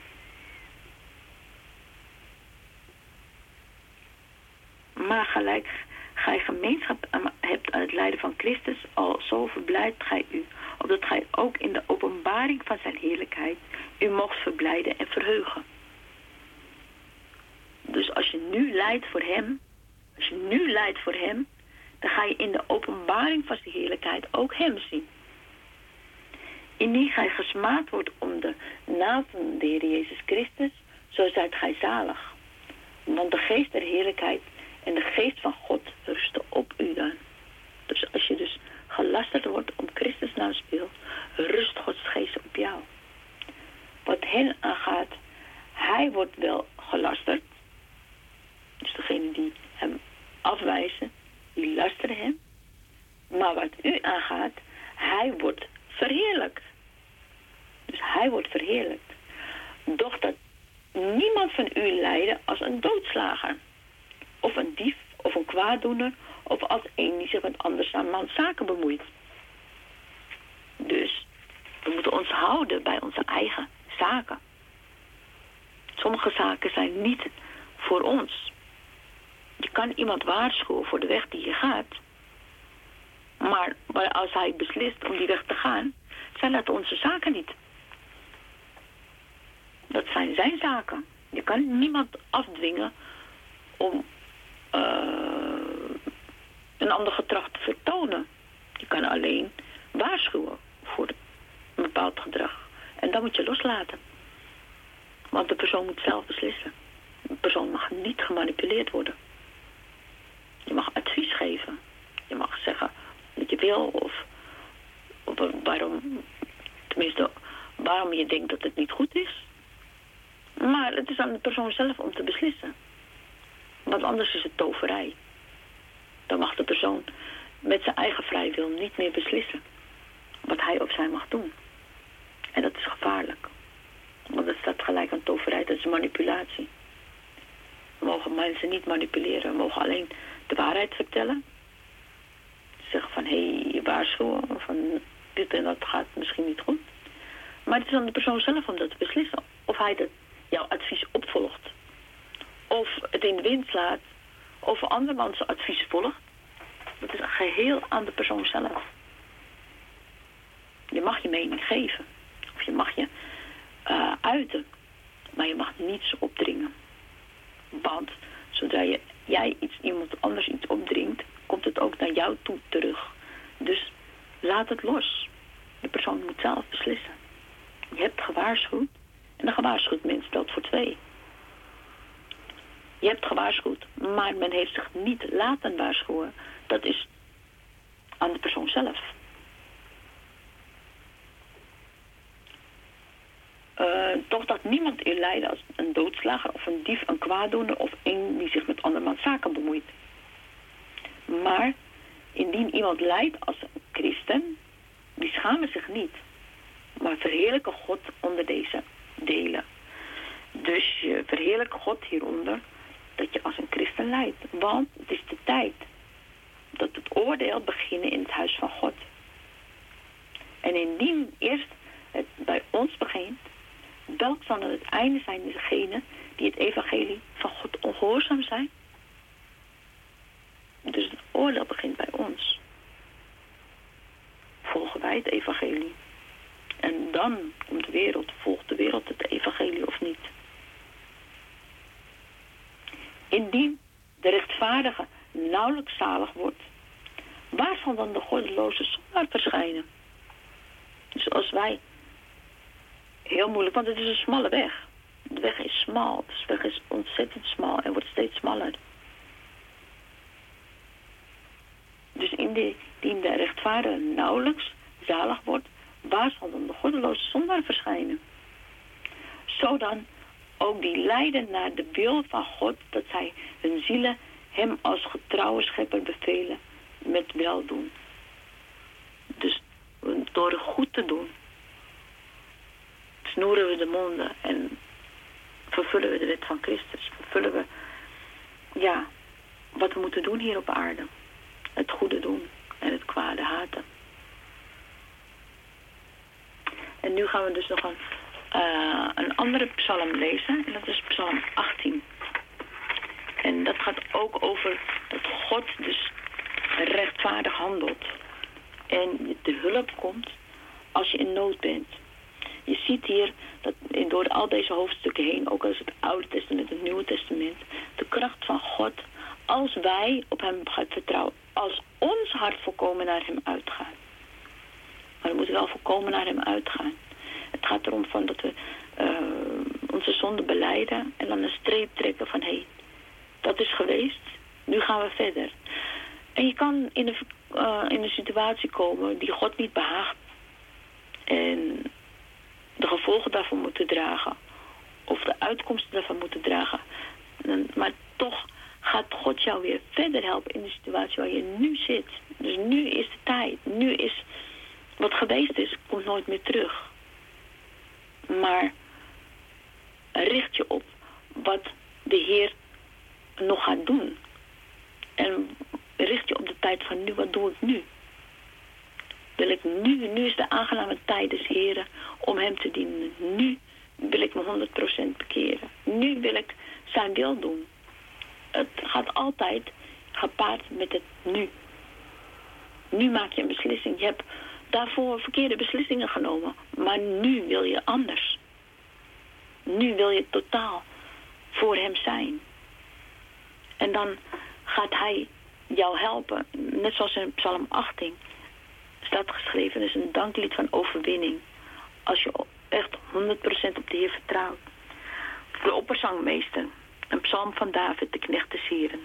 Maar gelijk gij gemeenschap hebt aan het lijden van Christus, al zo verblijdt gij u, opdat gij ook in de openbaring van zijn heerlijkheid u mocht verblijden en verheugen. Dus als je nu lijdt voor hem, als je nu lijdt voor hem, dan ga je in de openbaring van zijn heerlijkheid ook hem zien. Indien gij gesmaad wordt om de naam van de Heer Jezus Christus, zo zijt gij zalig. Want de geest der heerlijkheid en de geest van God rusten op u dan. Dus als je dus gelasterd wordt om Christus naam speel, rust Gods geest op jou. Wat hen aangaat, hij wordt wel gelasterd. Dus degene die hem afwijzen, die lasteren hem. Maar wat u aangaat, hij wordt verheerlijkt. Dus hij wordt verheerlijkt. Doch dat niemand van u lijden als een doodslager. Of een dief, of een kwaaddoener, of als een die zich met anders aan mans zaken bemoeit. Dus we moeten ons houden bij onze eigen zaken. Sommige zaken zijn niet voor ons. Je kan iemand waarschuwen voor de weg die je gaat. Maar als hij beslist om die weg te gaan, zijn dat onze zaken niet. Dat zijn zijn zaken. Je kan niemand afdwingen om uh, een ander gedrag te vertonen. Je kan alleen waarschuwen voor een bepaald gedrag. En dat moet je loslaten. Want de persoon moet zelf beslissen. De persoon mag niet gemanipuleerd worden. Je mag advies geven. Je mag zeggen wat je wil of, of waarom, tenminste, waarom je denkt dat het niet goed is. Maar het is aan de persoon zelf om te beslissen. Want anders is het toverij. Dan mag de persoon met zijn eigen vrije wil niet meer beslissen wat hij of zij mag doen. En dat is gevaarlijk. Want dat staat gelijk aan toverij, dat is manipulatie. We mogen mensen niet manipuleren. We mogen alleen de waarheid vertellen. Zeggen van, hé, hey, waarschuwen. Van, dit en dat gaat misschien niet goed. Maar het is aan de persoon zelf om dat te beslissen. Of hij dat, jouw advies opvolgt. Of het in de wind slaat. Of andermans advies volgt. Dat is geheel aan de persoon zelf. Je mag je mening geven. Of je mag je uh, uiten. Maar je mag niets opdringen. Want zodra je, jij iets, iemand anders iets opdringt, komt het ook naar jou toe terug. Dus laat het los. De persoon moet zelf beslissen. Je hebt gewaarschuwd. En een gewaarschuwd mens stelt voor twee. Je hebt gewaarschuwd, maar men heeft zich niet laten waarschuwen. Dat is aan de persoon zelf. Uh, toch dat niemand u lijden als een doodslager of een dief, een kwaaddoener of een die zich met andermans zaken bemoeit. Maar indien iemand lijdt als een christen, die schamen zich niet, maar verheerlijken God onder deze delen. Dus je verheerlijkt God hieronder dat je als een christen lijdt. Want het is de tijd dat het oordeel beginnen in het huis van God. En indien eerst het bij ons begint, welk zal dan het einde zijn degenen die het evangelie van God ongehoorzaam zijn? Dus het oordeel begint bij ons. Volgen wij het evangelie? En dan komt de wereld, volgt de wereld het evangelie of niet? Indien de rechtvaardige nauwelijks zalig wordt, waar zal dan de goddeloze zondaar verschijnen? Dus als wij, heel moeilijk, want het is een smalle weg. De weg is smal, de weg is ontzettend smal en wordt steeds smaller. Dus in die, die in de rechtvaardige nauwelijks zalig wordt, waar zal dan de goddeloze zondaar verschijnen? Zo dan ook die lijden naar de wil van God, dat zij hun zielen hem als getrouwe schepper bevelen met weldoen. Dus door goed te doen, snoeren we de monden en vervullen we de wet van Christus. Vervullen we, ja, wat we moeten doen hier op aarde. Het goede doen en het kwade haten. En nu gaan we dus nog een, uh, een andere psalm lezen. En dat is psalm achttien. En dat gaat ook over dat God dus rechtvaardig handelt. En de hulp komt als je in nood bent. Je ziet hier dat door al deze hoofdstukken heen, ook als het Oude Testament en het Nieuwe Testament, de kracht van God, als wij op hem gaan vertrouwen, als ons hart volkomen naar hem uitgaan. Maar we moeten wel volkomen naar hem uitgaan. Het gaat erom van dat we uh, onze zonde belijden en dan een streep trekken van hé, hey, dat is geweest, nu gaan we verder. En je kan in een, uh, in een situatie komen die God niet behaagt en de gevolgen daarvan moeten dragen of de uitkomsten daarvan moeten dragen. Maar toch gaat God jou weer verder helpen in de situatie waar je nu zit. Dus nu is de tijd. Nu is wat geweest is, komt nooit meer terug. Maar richt je op wat de Heer nog gaat doen. En richt je op de tijd van nu, wat doe ik nu? Wil ik nu, nu is de aangename tijd des Heren om hem te dienen. Nu wil ik me honderd procent bekeren. Nu wil ik zijn wil doen. Het gaat altijd gepaard met het nu. Nu maak je een beslissing. Je hebt daarvoor verkeerde beslissingen genomen. Maar nu wil je anders. Nu wil je totaal voor hem zijn. En dan gaat hij jou helpen. Net zoals in Psalm achttien staat geschreven. Dat is een danklied van overwinning. Als je echt honderd procent op de Heer vertrouwt. De opperzangmeester. Een psalm van David, de knecht des Heren.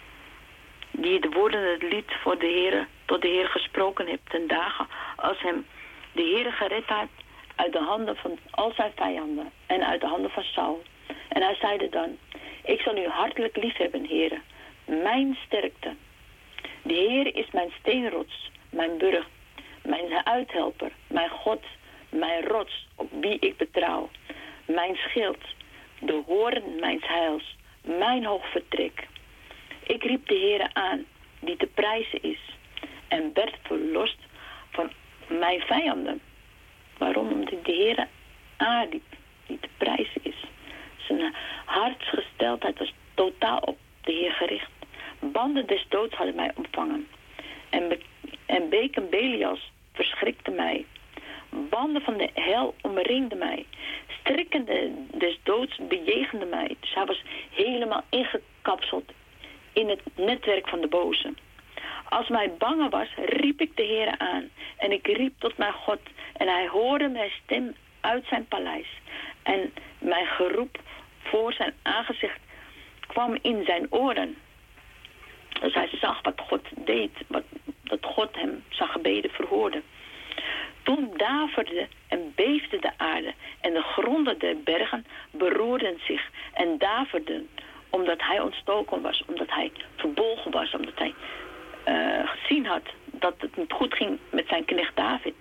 Die de woorden het lied voor de Heer, tot de Heer gesproken heeft ten dagen. Als hem de Heer gered had uit de handen van al zijn vijanden. En uit de handen van Saul. En hij zeide dan. Ik zal u hartelijk lief hebben, Heere. Mijn sterkte. De Heer is mijn steenrots. Mijn burcht. Mijn uithelper. Mijn God. Mijn rots. Op wie ik betrouw. Mijn schild. De hoorn mijns heils, mijn hoogvertrek. Ik riep de Heere aan, die te prijzen is, en werd verlost van mijn vijanden. Waarom? Omdat ik de Heere aanriep, die te prijzen is. Zijn hartsgesteldheid was totaal op de Heer gericht. Banden des doods hadden mij ontvangen. En, be- en beken Belials verschrikte mij. Banden van de hel omringden mij. Strikken des doods bejegenden mij. Dus hij was helemaal ingekapseld in het netwerk van de boze. Als mij bange was, riep ik de Heere aan. En ik riep tot mijn God. En hij hoorde mijn stem uit zijn paleis. En mijn geroep voor zijn aangezicht kwam in zijn oren. Dus hij zag wat God deed. Wat, dat God hem zijn gebeden verhoorde. Toen daverde en beefde de aarde en de gronden der bergen beroerden zich en daverden, omdat hij ontstoken was, omdat hij verbolgen was, omdat hij uh, gezien had dat het niet goed ging met zijn knecht David.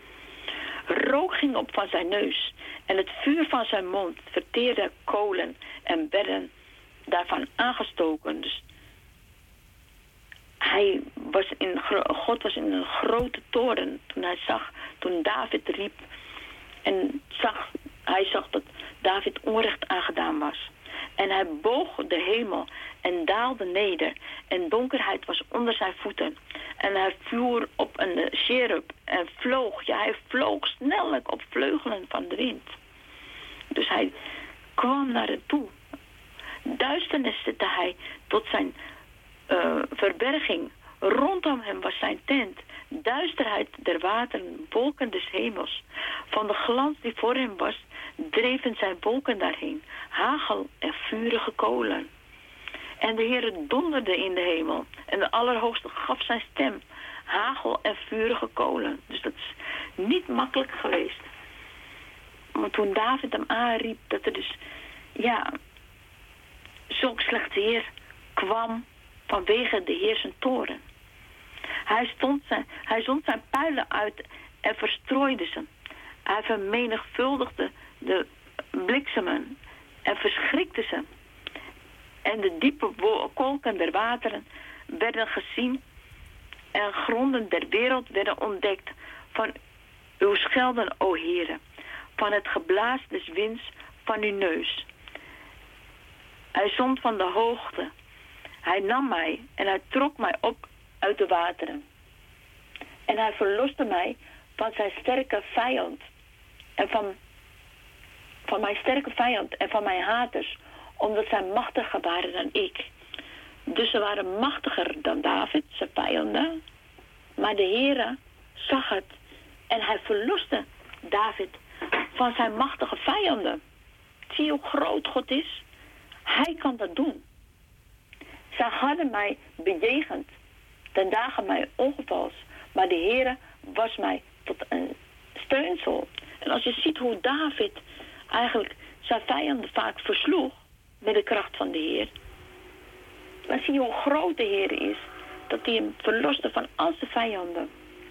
Rook ging op van zijn neus en het vuur van zijn mond verteerde kolen en werden daarvan aangestoken. Dus hij was in, God was in een grote toorn toen hij zag, toen David riep en zag, hij zag dat David onrecht aangedaan was. En hij boog de hemel en daalde neder en donkerheid was onder zijn voeten. En hij voer op een cherub en vloog, ja hij vloog snellijk op vleugelen van de wind. Dus hij kwam naar het toe. Duisternis zette hij tot zijn uh, verberging. Rondom hem was zijn tent. Duisterheid der wateren, wolken des hemels. Van de glans die voor hem was, dreven zijn wolken daarheen. Hagel en vurige kolen. En de Heere donderde in de hemel. En de Allerhoogste gaf zijn stem. Hagel en vurige kolen. Dus dat is niet makkelijk geweest. Maar toen David hem aanriep, dat er dus, ja, zulk slecht weer kwam vanwege de Heer zijn toren. Hij, stond zijn, hij zond zijn pijlen uit en verstrooide ze. Hij vermenigvuldigde de bliksemen en verschrikte ze. En de diepe kolken der wateren werden gezien en gronden der wereld werden ontdekt van uw schelden, o Heere, van het geblaas des winds van uw neus. Hij zond van de hoogte. Hij nam mij en hij trok mij op uit de wateren. En hij verloste mij van zijn sterke vijand. En van, van mijn sterke vijand en van mijn haters. Omdat zij machtiger waren dan ik. Dus ze waren machtiger dan David, zijn vijanden. Maar de Heere zag het. En hij verloste David van zijn machtige vijanden. Zie je hoe groot God is? Hij kan dat doen. Zij hadden mij bejegend. Ten dagen mij ongevals. Maar de Heere was mij tot een steunsel. En als je ziet hoe David eigenlijk zijn vijanden vaak versloeg met de kracht van de Heer, dan zie je hoe groot de Heer is. Dat hij hem verloste van al zijn vijanden.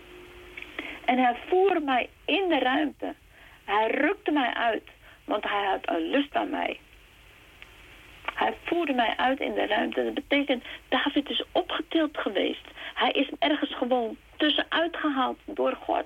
En hij voerde mij in de ruimte. Hij rukte mij uit, want hij had een lust aan mij. Hij voerde mij uit in de ruimte. Dat betekent, David is opgetild geweest. Hij is ergens gewoon tussenuit gehaald door God.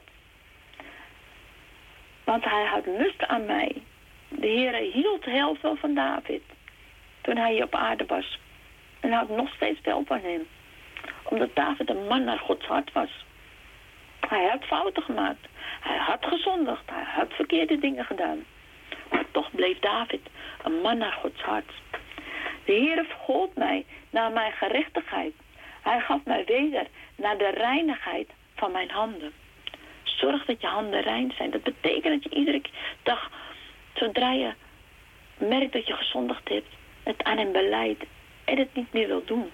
Want hij had lust aan mij. De Heer hield heel veel van David toen hij hier op aarde was. En hij had nog steeds veel van hem. Omdat David een man naar Gods hart was. Hij had fouten gemaakt. Hij had gezondigd. Hij had verkeerde dingen gedaan. Maar toch bleef David een man naar Gods hart. De Heere vergold mij naar mijn gerechtigheid. Hij gaf mij weder naar de reinigheid van mijn handen. Zorg dat je handen rein zijn. Dat betekent dat je iedere dag, zodra je merkt dat je gezondigd hebt, het aan hem beleidt en het niet meer wil doen.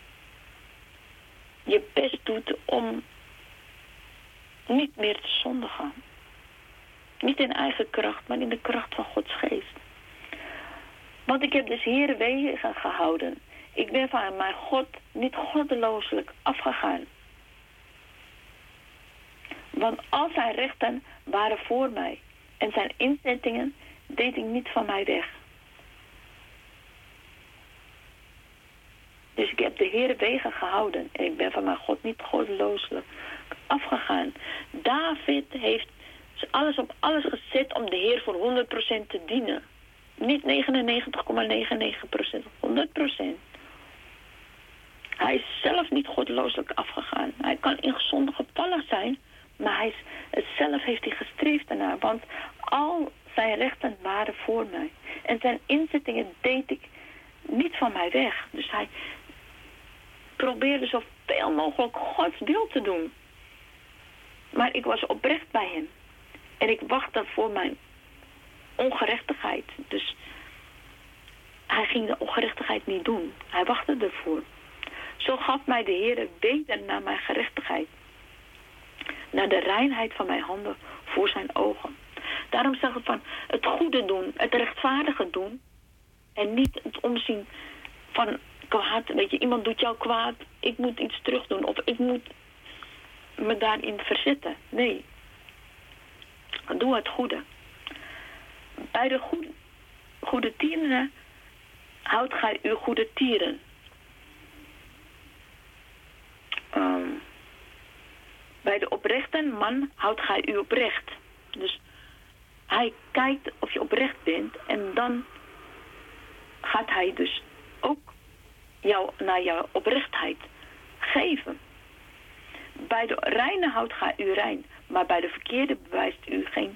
Je best doet om niet meer te zondigen. Niet in eigen kracht, maar in de kracht van Gods geest. Want ik heb dus Heere wegen gehouden. Ik ben van mijn God niet goddelooselijk afgegaan. Want al zijn rechten waren voor mij. En zijn inzettingen deed ik niet van mij weg. Dus ik heb de Heere wegen gehouden. En ik ben van mijn God niet goddelooselijk afgegaan. David heeft alles op alles gezet om de Heer voor honderd procent te dienen. Niet negenennegentig komma negenennegentig procent, honderd procent. Hij is zelf niet goddelooselijk afgegaan. Hij kan in gezonde gevallen zijn, maar hij is, het zelf heeft hij gestreefd daarna. Want al zijn rechten waren voor mij. En zijn inzettingen deed ik niet van mij weg. Dus hij probeerde zoveel mogelijk Gods wil te doen. Maar ik was oprecht bij hem. En ik wachtte voor mijn ongerechtigheid. Dus hij ging de ongerechtigheid niet doen. Hij wachtte ervoor. Zo gaf mij de Heer weder naar mijn gerechtigheid. Naar de reinheid van mijn handen voor zijn ogen. Daarom zeg ik van het goede doen, het rechtvaardige doen. En niet het omzien van kwaad. Weet je, iemand doet jou kwaad, ik moet iets terug doen. Of ik moet me daarin verzetten. Nee. Doe het goede. Bij de goede, goede tieren houdt gij uw goede tieren. Um, bij de oprechte man houdt gij u oprecht. Dus hij kijkt of je oprecht bent en dan gaat hij dus ook jou, naar jouw oprechtheid geven. Bij de reine houdt gij u rein, maar bij de verkeerde bewijst u geen,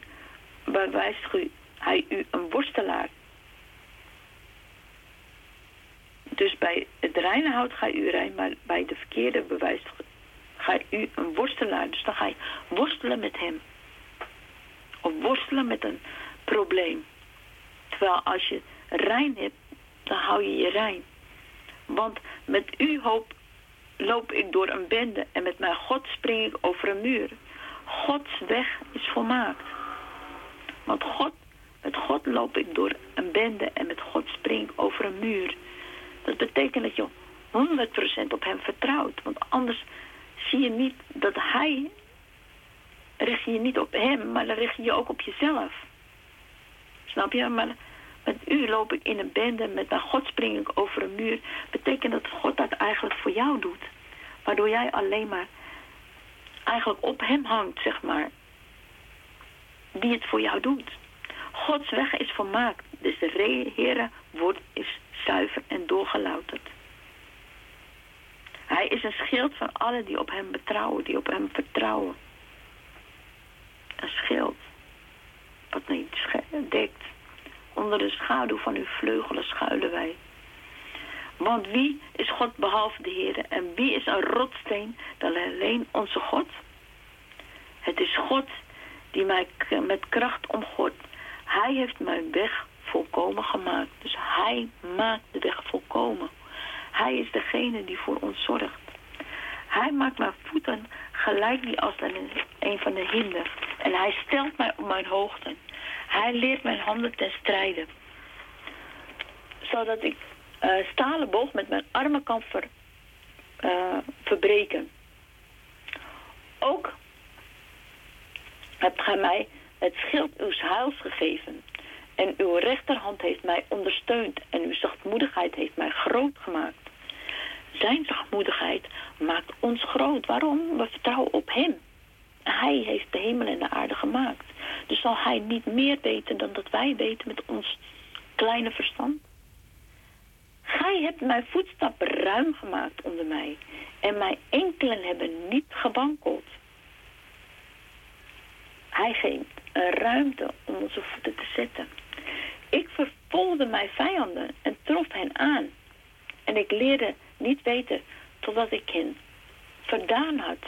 bewijst hij u een worstelaar. Dus bij het reine hout ga u rein, maar bij de verkeerde bewijs ga u een worstelaar. Dus dan ga je worstelen met hem. Of worstelen met een probleem. Terwijl als je rein hebt, dan hou je je rein. Want met u hoop, loop ik door een bende en met mijn God spring ik over een muur. Gods weg is volmaakt. Want God, met God loop ik door een bende en met God spring ik over een muur. Dat betekent dat je honderd procent op hem vertrouwt. Want anders zie je niet dat hij, richt je je niet op hem, maar dan richt je je ook op jezelf. Snap je? Maar met u loop ik in een bende, met mijn God spring ik over een muur. Betekent dat God dat eigenlijk voor jou doet. Waardoor jij alleen maar eigenlijk op hem hangt, zeg maar. Die het voor jou doet. Gods weg is volmaakt. Dus de Heere woord is zuiver en doorgelouterd. Hij is een schild van allen die op hem betrouwen, die op hem vertrouwen. Een schild. Wat niet dekt. Onder de schaduw van uw vleugelen schuilen wij. Want wie is God behalve de Heere? En wie is een rotsteen dan alleen onze God? Het is God die mij met kracht omgort. Hij heeft mijn weg volkomen gemaakt. Dus hij maakt de weg volkomen. Hij is degene die voor ons zorgt. Hij maakt mijn voeten gelijk die als een van de hinder. En hij stelt mij op mijn hoogte. Hij leert mijn handen ten strijde. Zodat ik uh, stalen boog met mijn armen kan ver, uh, verbreken. Ook hebt gij mij het schild uws heils gegeven. En uw rechterhand heeft mij ondersteund. En uw zachtmoedigheid heeft mij groot gemaakt. Zijn zachtmoedigheid maakt ons groot. Waarom? We vertrouwen op hem. Hij heeft de hemel en de aarde gemaakt. Dus zal hij niet meer weten dan dat wij weten met ons kleine verstand? Gij hebt mijn voetstappen ruim gemaakt onder mij. En mijn enkelen hebben niet gewankeld. Hij geeft een ruimte om onze voeten te zetten. Ik vervolgde mijn vijanden en trof hen aan. En ik leerde niet weten totdat ik hen verdaan had.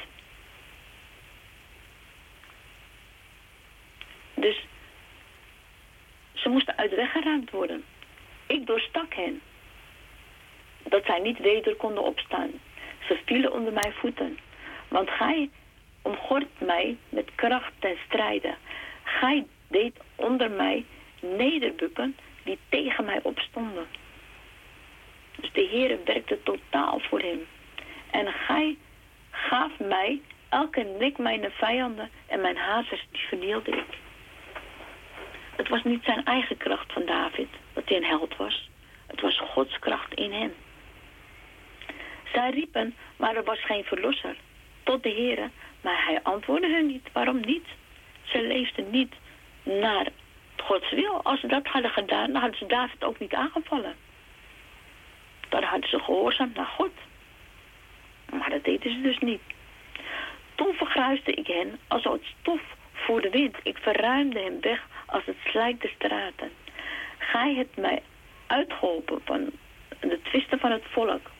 Dus ze moesten uit de weg geruimd worden. Ik doorstak hen. Dat zij niet weder konden opstaan. Ze vielen onder mijn voeten. Want gij omgort mij met kracht ten strijde. Gij deed onder mij nederbukken die tegen mij opstonden. Dus de Heere werkte totaal voor hem. En gij gaf mij elke nik mijn vijanden en mijn hazers, die vernielde ik. Het was niet zijn eigen kracht van David, dat hij een held was. Het was Gods kracht in hem. Zij riepen, maar er was geen verlosser. Tot de Heere, maar hij antwoordde hun niet. Waarom niet? Ze leefden niet naar Gods wil. Als ze dat hadden gedaan, dan hadden ze David ook niet aangevallen. Dan hadden ze gehoorzaamd naar God. Maar dat deden ze dus niet. Toen vergruisde ik hen als het stof voor de wind. Ik verruimde hem weg als het slijk de straten. Gij hebt mij uitgeholpen van de twisten van het volk.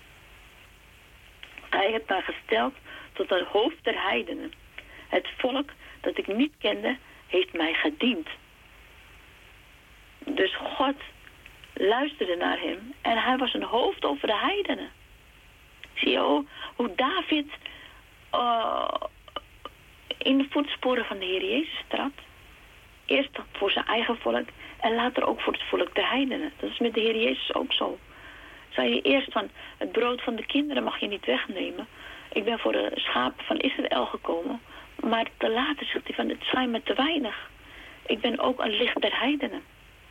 Gij hebt mij gesteld tot het hoofd der heidenen. Het volk dat ik niet kende, heeft mij gediend. Dus God luisterde naar hem en hij was een hoofd over de heidenen. Zie je hoe, hoe David uh, in de voetsporen van de Heer Jezus trad? Eerst voor zijn eigen volk en later ook voor het volk der heidenen. Dat is met de Heer Jezus ook zo. Zei je eerst van, het brood van de kinderen mag je niet wegnemen. Ik ben voor de schapen van Israël gekomen. Maar te later zegt hij van, het zijn me te weinig. Ik ben ook een licht der heidenen.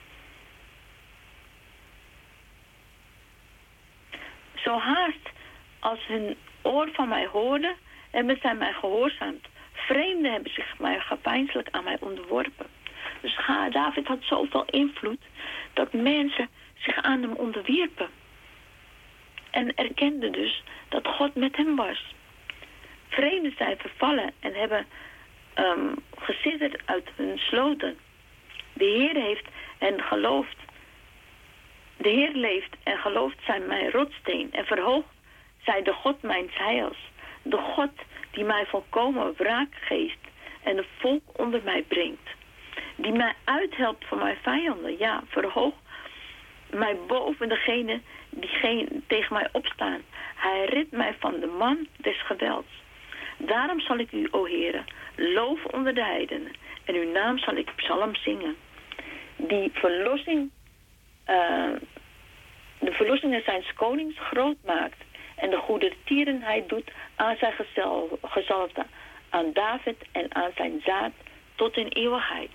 Zo haast als hun oor van mij hoorde, hebben zij mij gehoorzaamd. Vreemden hebben zich mij gepijnselijk aan mij onderworpen. Dus David had zoveel invloed dat mensen zich aan hem onderwierpen. En erkenden dus dat God met hem was. Vreemden zijn vervallen en hebben um, gesidderd uit hun sloten. De Heer heeft hen geloofd De Heer leeft en gelooft zij mijn rotssteen en verhoogt zij de God mijns heils. De God die mij volkomen wraak geeft en de volk onder mij brengt. Die mij uithelpt van mijn vijanden. Ja, verhoog mij boven degene die geen, tegen mij opstaan. Hij redt mij van de man des gewelds. Daarom zal ik u, o Heere, loven onder de heidenen. En uw naam zal ik psalm zingen. Die verlossing, uh, de verlossingen zijn konings groot maakt. En de goede tierenheid doet aan zijn gezel, gezalfde, aan David en aan zijn zaad tot in eeuwigheid.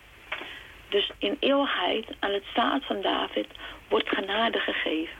Dus in eeuwigheid aan het zaad van David wordt genade gegeven.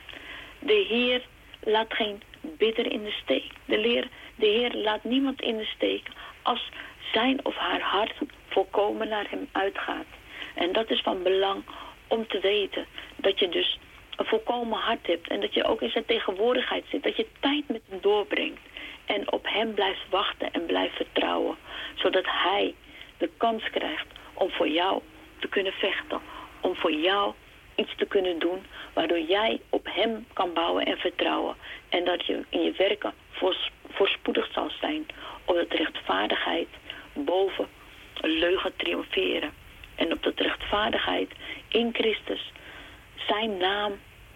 De Heer laat geen bidder in de steek. De Heer, de Heer laat niemand in de steek als zijn of haar hart volkomen naar hem uitgaat. En dat is van belang om te weten dat je dus een volkomen hart hebt en dat je ook in zijn tegenwoordigheid zit. Dat je tijd met hem doorbrengt en op hem blijft wachten en blijft vertrouwen. Zodat hij de kans krijgt om voor jou te kunnen vechten. Om voor jou iets te kunnen doen waardoor jij op hem kan bouwen en vertrouwen. En dat je in je werken voorspoedig zal zijn. Opdat rechtvaardigheid boven leugen triomferen. En opdat rechtvaardigheid in Christus zijn naam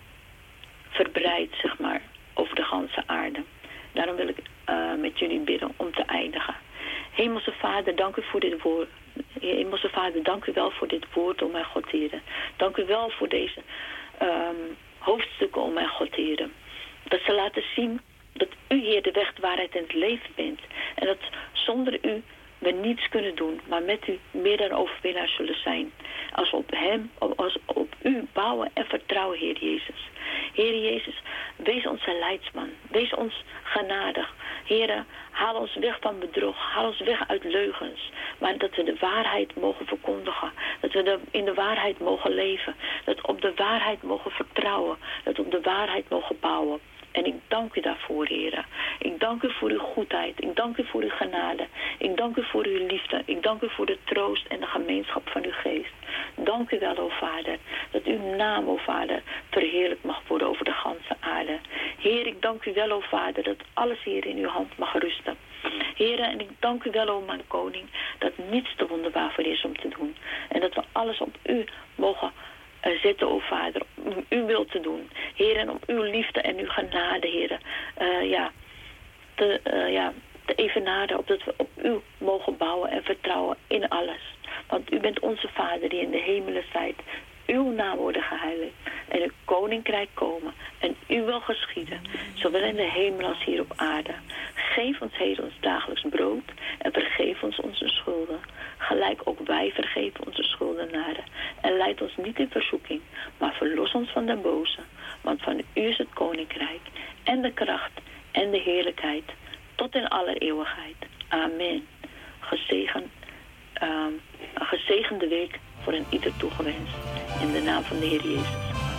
verbreidt, zeg maar, over de ganse aarde. Daarom wil ik uh, met jullie bidden om te eindigen. Hemelse Vader, dank u voor dit woord. Hemelse Vader, dank u wel voor dit woord, o mijn God, Heere. Dank u wel voor deze um, hoofdstukken, o mijn God, Heere. Dat ze laten zien dat u, Heer, de weg, de waarheid en het leven bent. En dat zonder u we niets kunnen doen, maar met u meer dan overwinnaars zullen zijn. Als we op hem, als op u bouwen en vertrouwen, Heer Jezus. Heer Jezus, wees onze leidsman. Wees ons genadig. Heer, haal ons weg van bedrog. Haal ons weg uit leugens. Maar dat we de waarheid mogen verkondigen. Dat we de, in de waarheid mogen leven. Dat we op de waarheid mogen vertrouwen. Dat we op de waarheid mogen bouwen. En ik dank u daarvoor, Heer. Ik dank u voor uw goedheid. Ik dank u voor uw genade. Ik dank u voor uw liefde. Ik dank u voor de troost en de gemeenschap van uw geest. Dank u wel, o Vader, dat uw naam, o Vader, verheerlijk mag worden over de ganse aarde. Heer, ik dank u wel, o Vader, dat alles hier in uw hand mag rusten. Heer, en ik dank u wel, o mijn koning, dat niets te wonderbaar voor is om te doen. En dat we alles op u mogen Uh, zetten, o Vader, om uw wil te doen. Heer, en om uw liefde en uw genade, Heer, uh, ja, te, uh, ja, te evenaren, opdat we op u mogen bouwen en vertrouwen in alles. Want u bent onze Vader die in de hemelen zijt. Uw naam worden geheiligd en uw koninkrijk komen en uw wil geschieden, zowel in de hemel als hier op aarde. Geef ons heden ons dagelijks brood en vergeef ons onze schulden, gelijk ook wij vergeven onze schuldenaren. En leid ons niet in verzoeking, maar verlos ons van de boze, want van u is het koninkrijk en de kracht en de heerlijkheid tot in alle eeuwigheid. Amen. Gezegend, um, een gezegende week voor een ieder toegewenst. In de naam van de Heer Jezus.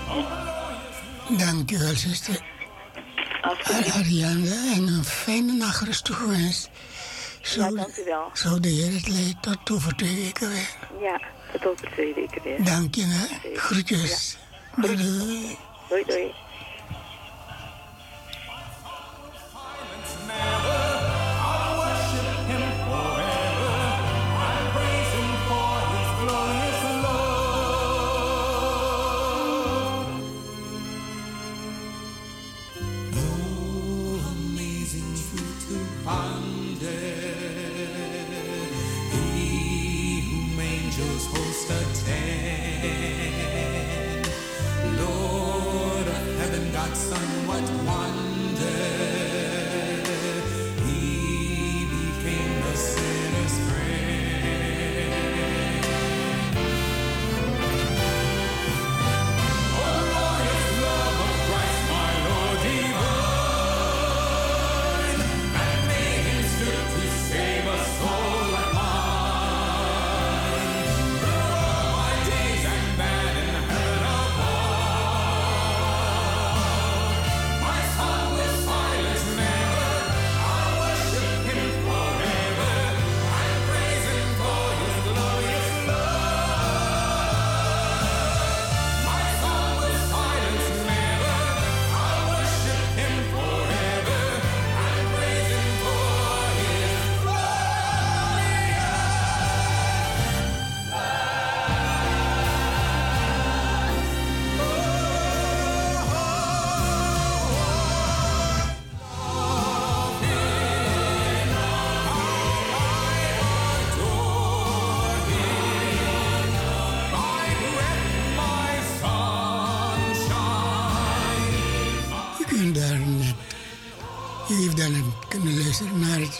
Amen. Dank u wel, zuster Ariane. En een fijne nachtrust toegewenst. Zo, ja, dank u wel. Zo de Heer het leidt tot over twee weken weer. Ja, tot over twee weken weer. Dank je, hè. Groetjes. Ja. Doei, doei. Doei, doei. Host attend, Lord of heaven.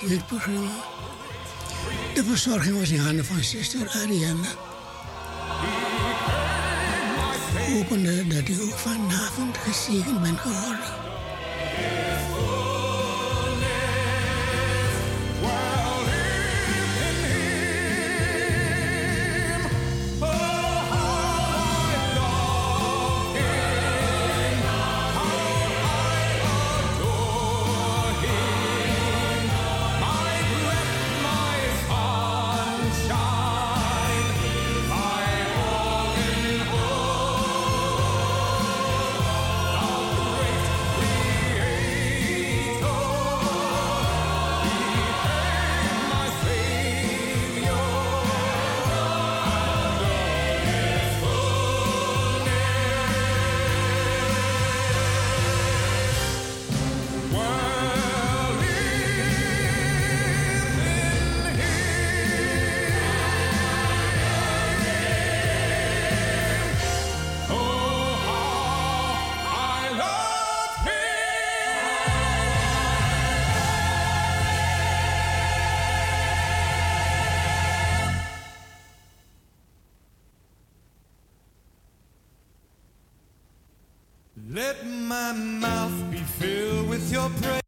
dit programma. De verzorging was in handen van zuster Ariana. Hopende dat u ook vanavond gezegend bent geworden. Let my mouth be filled with your praise.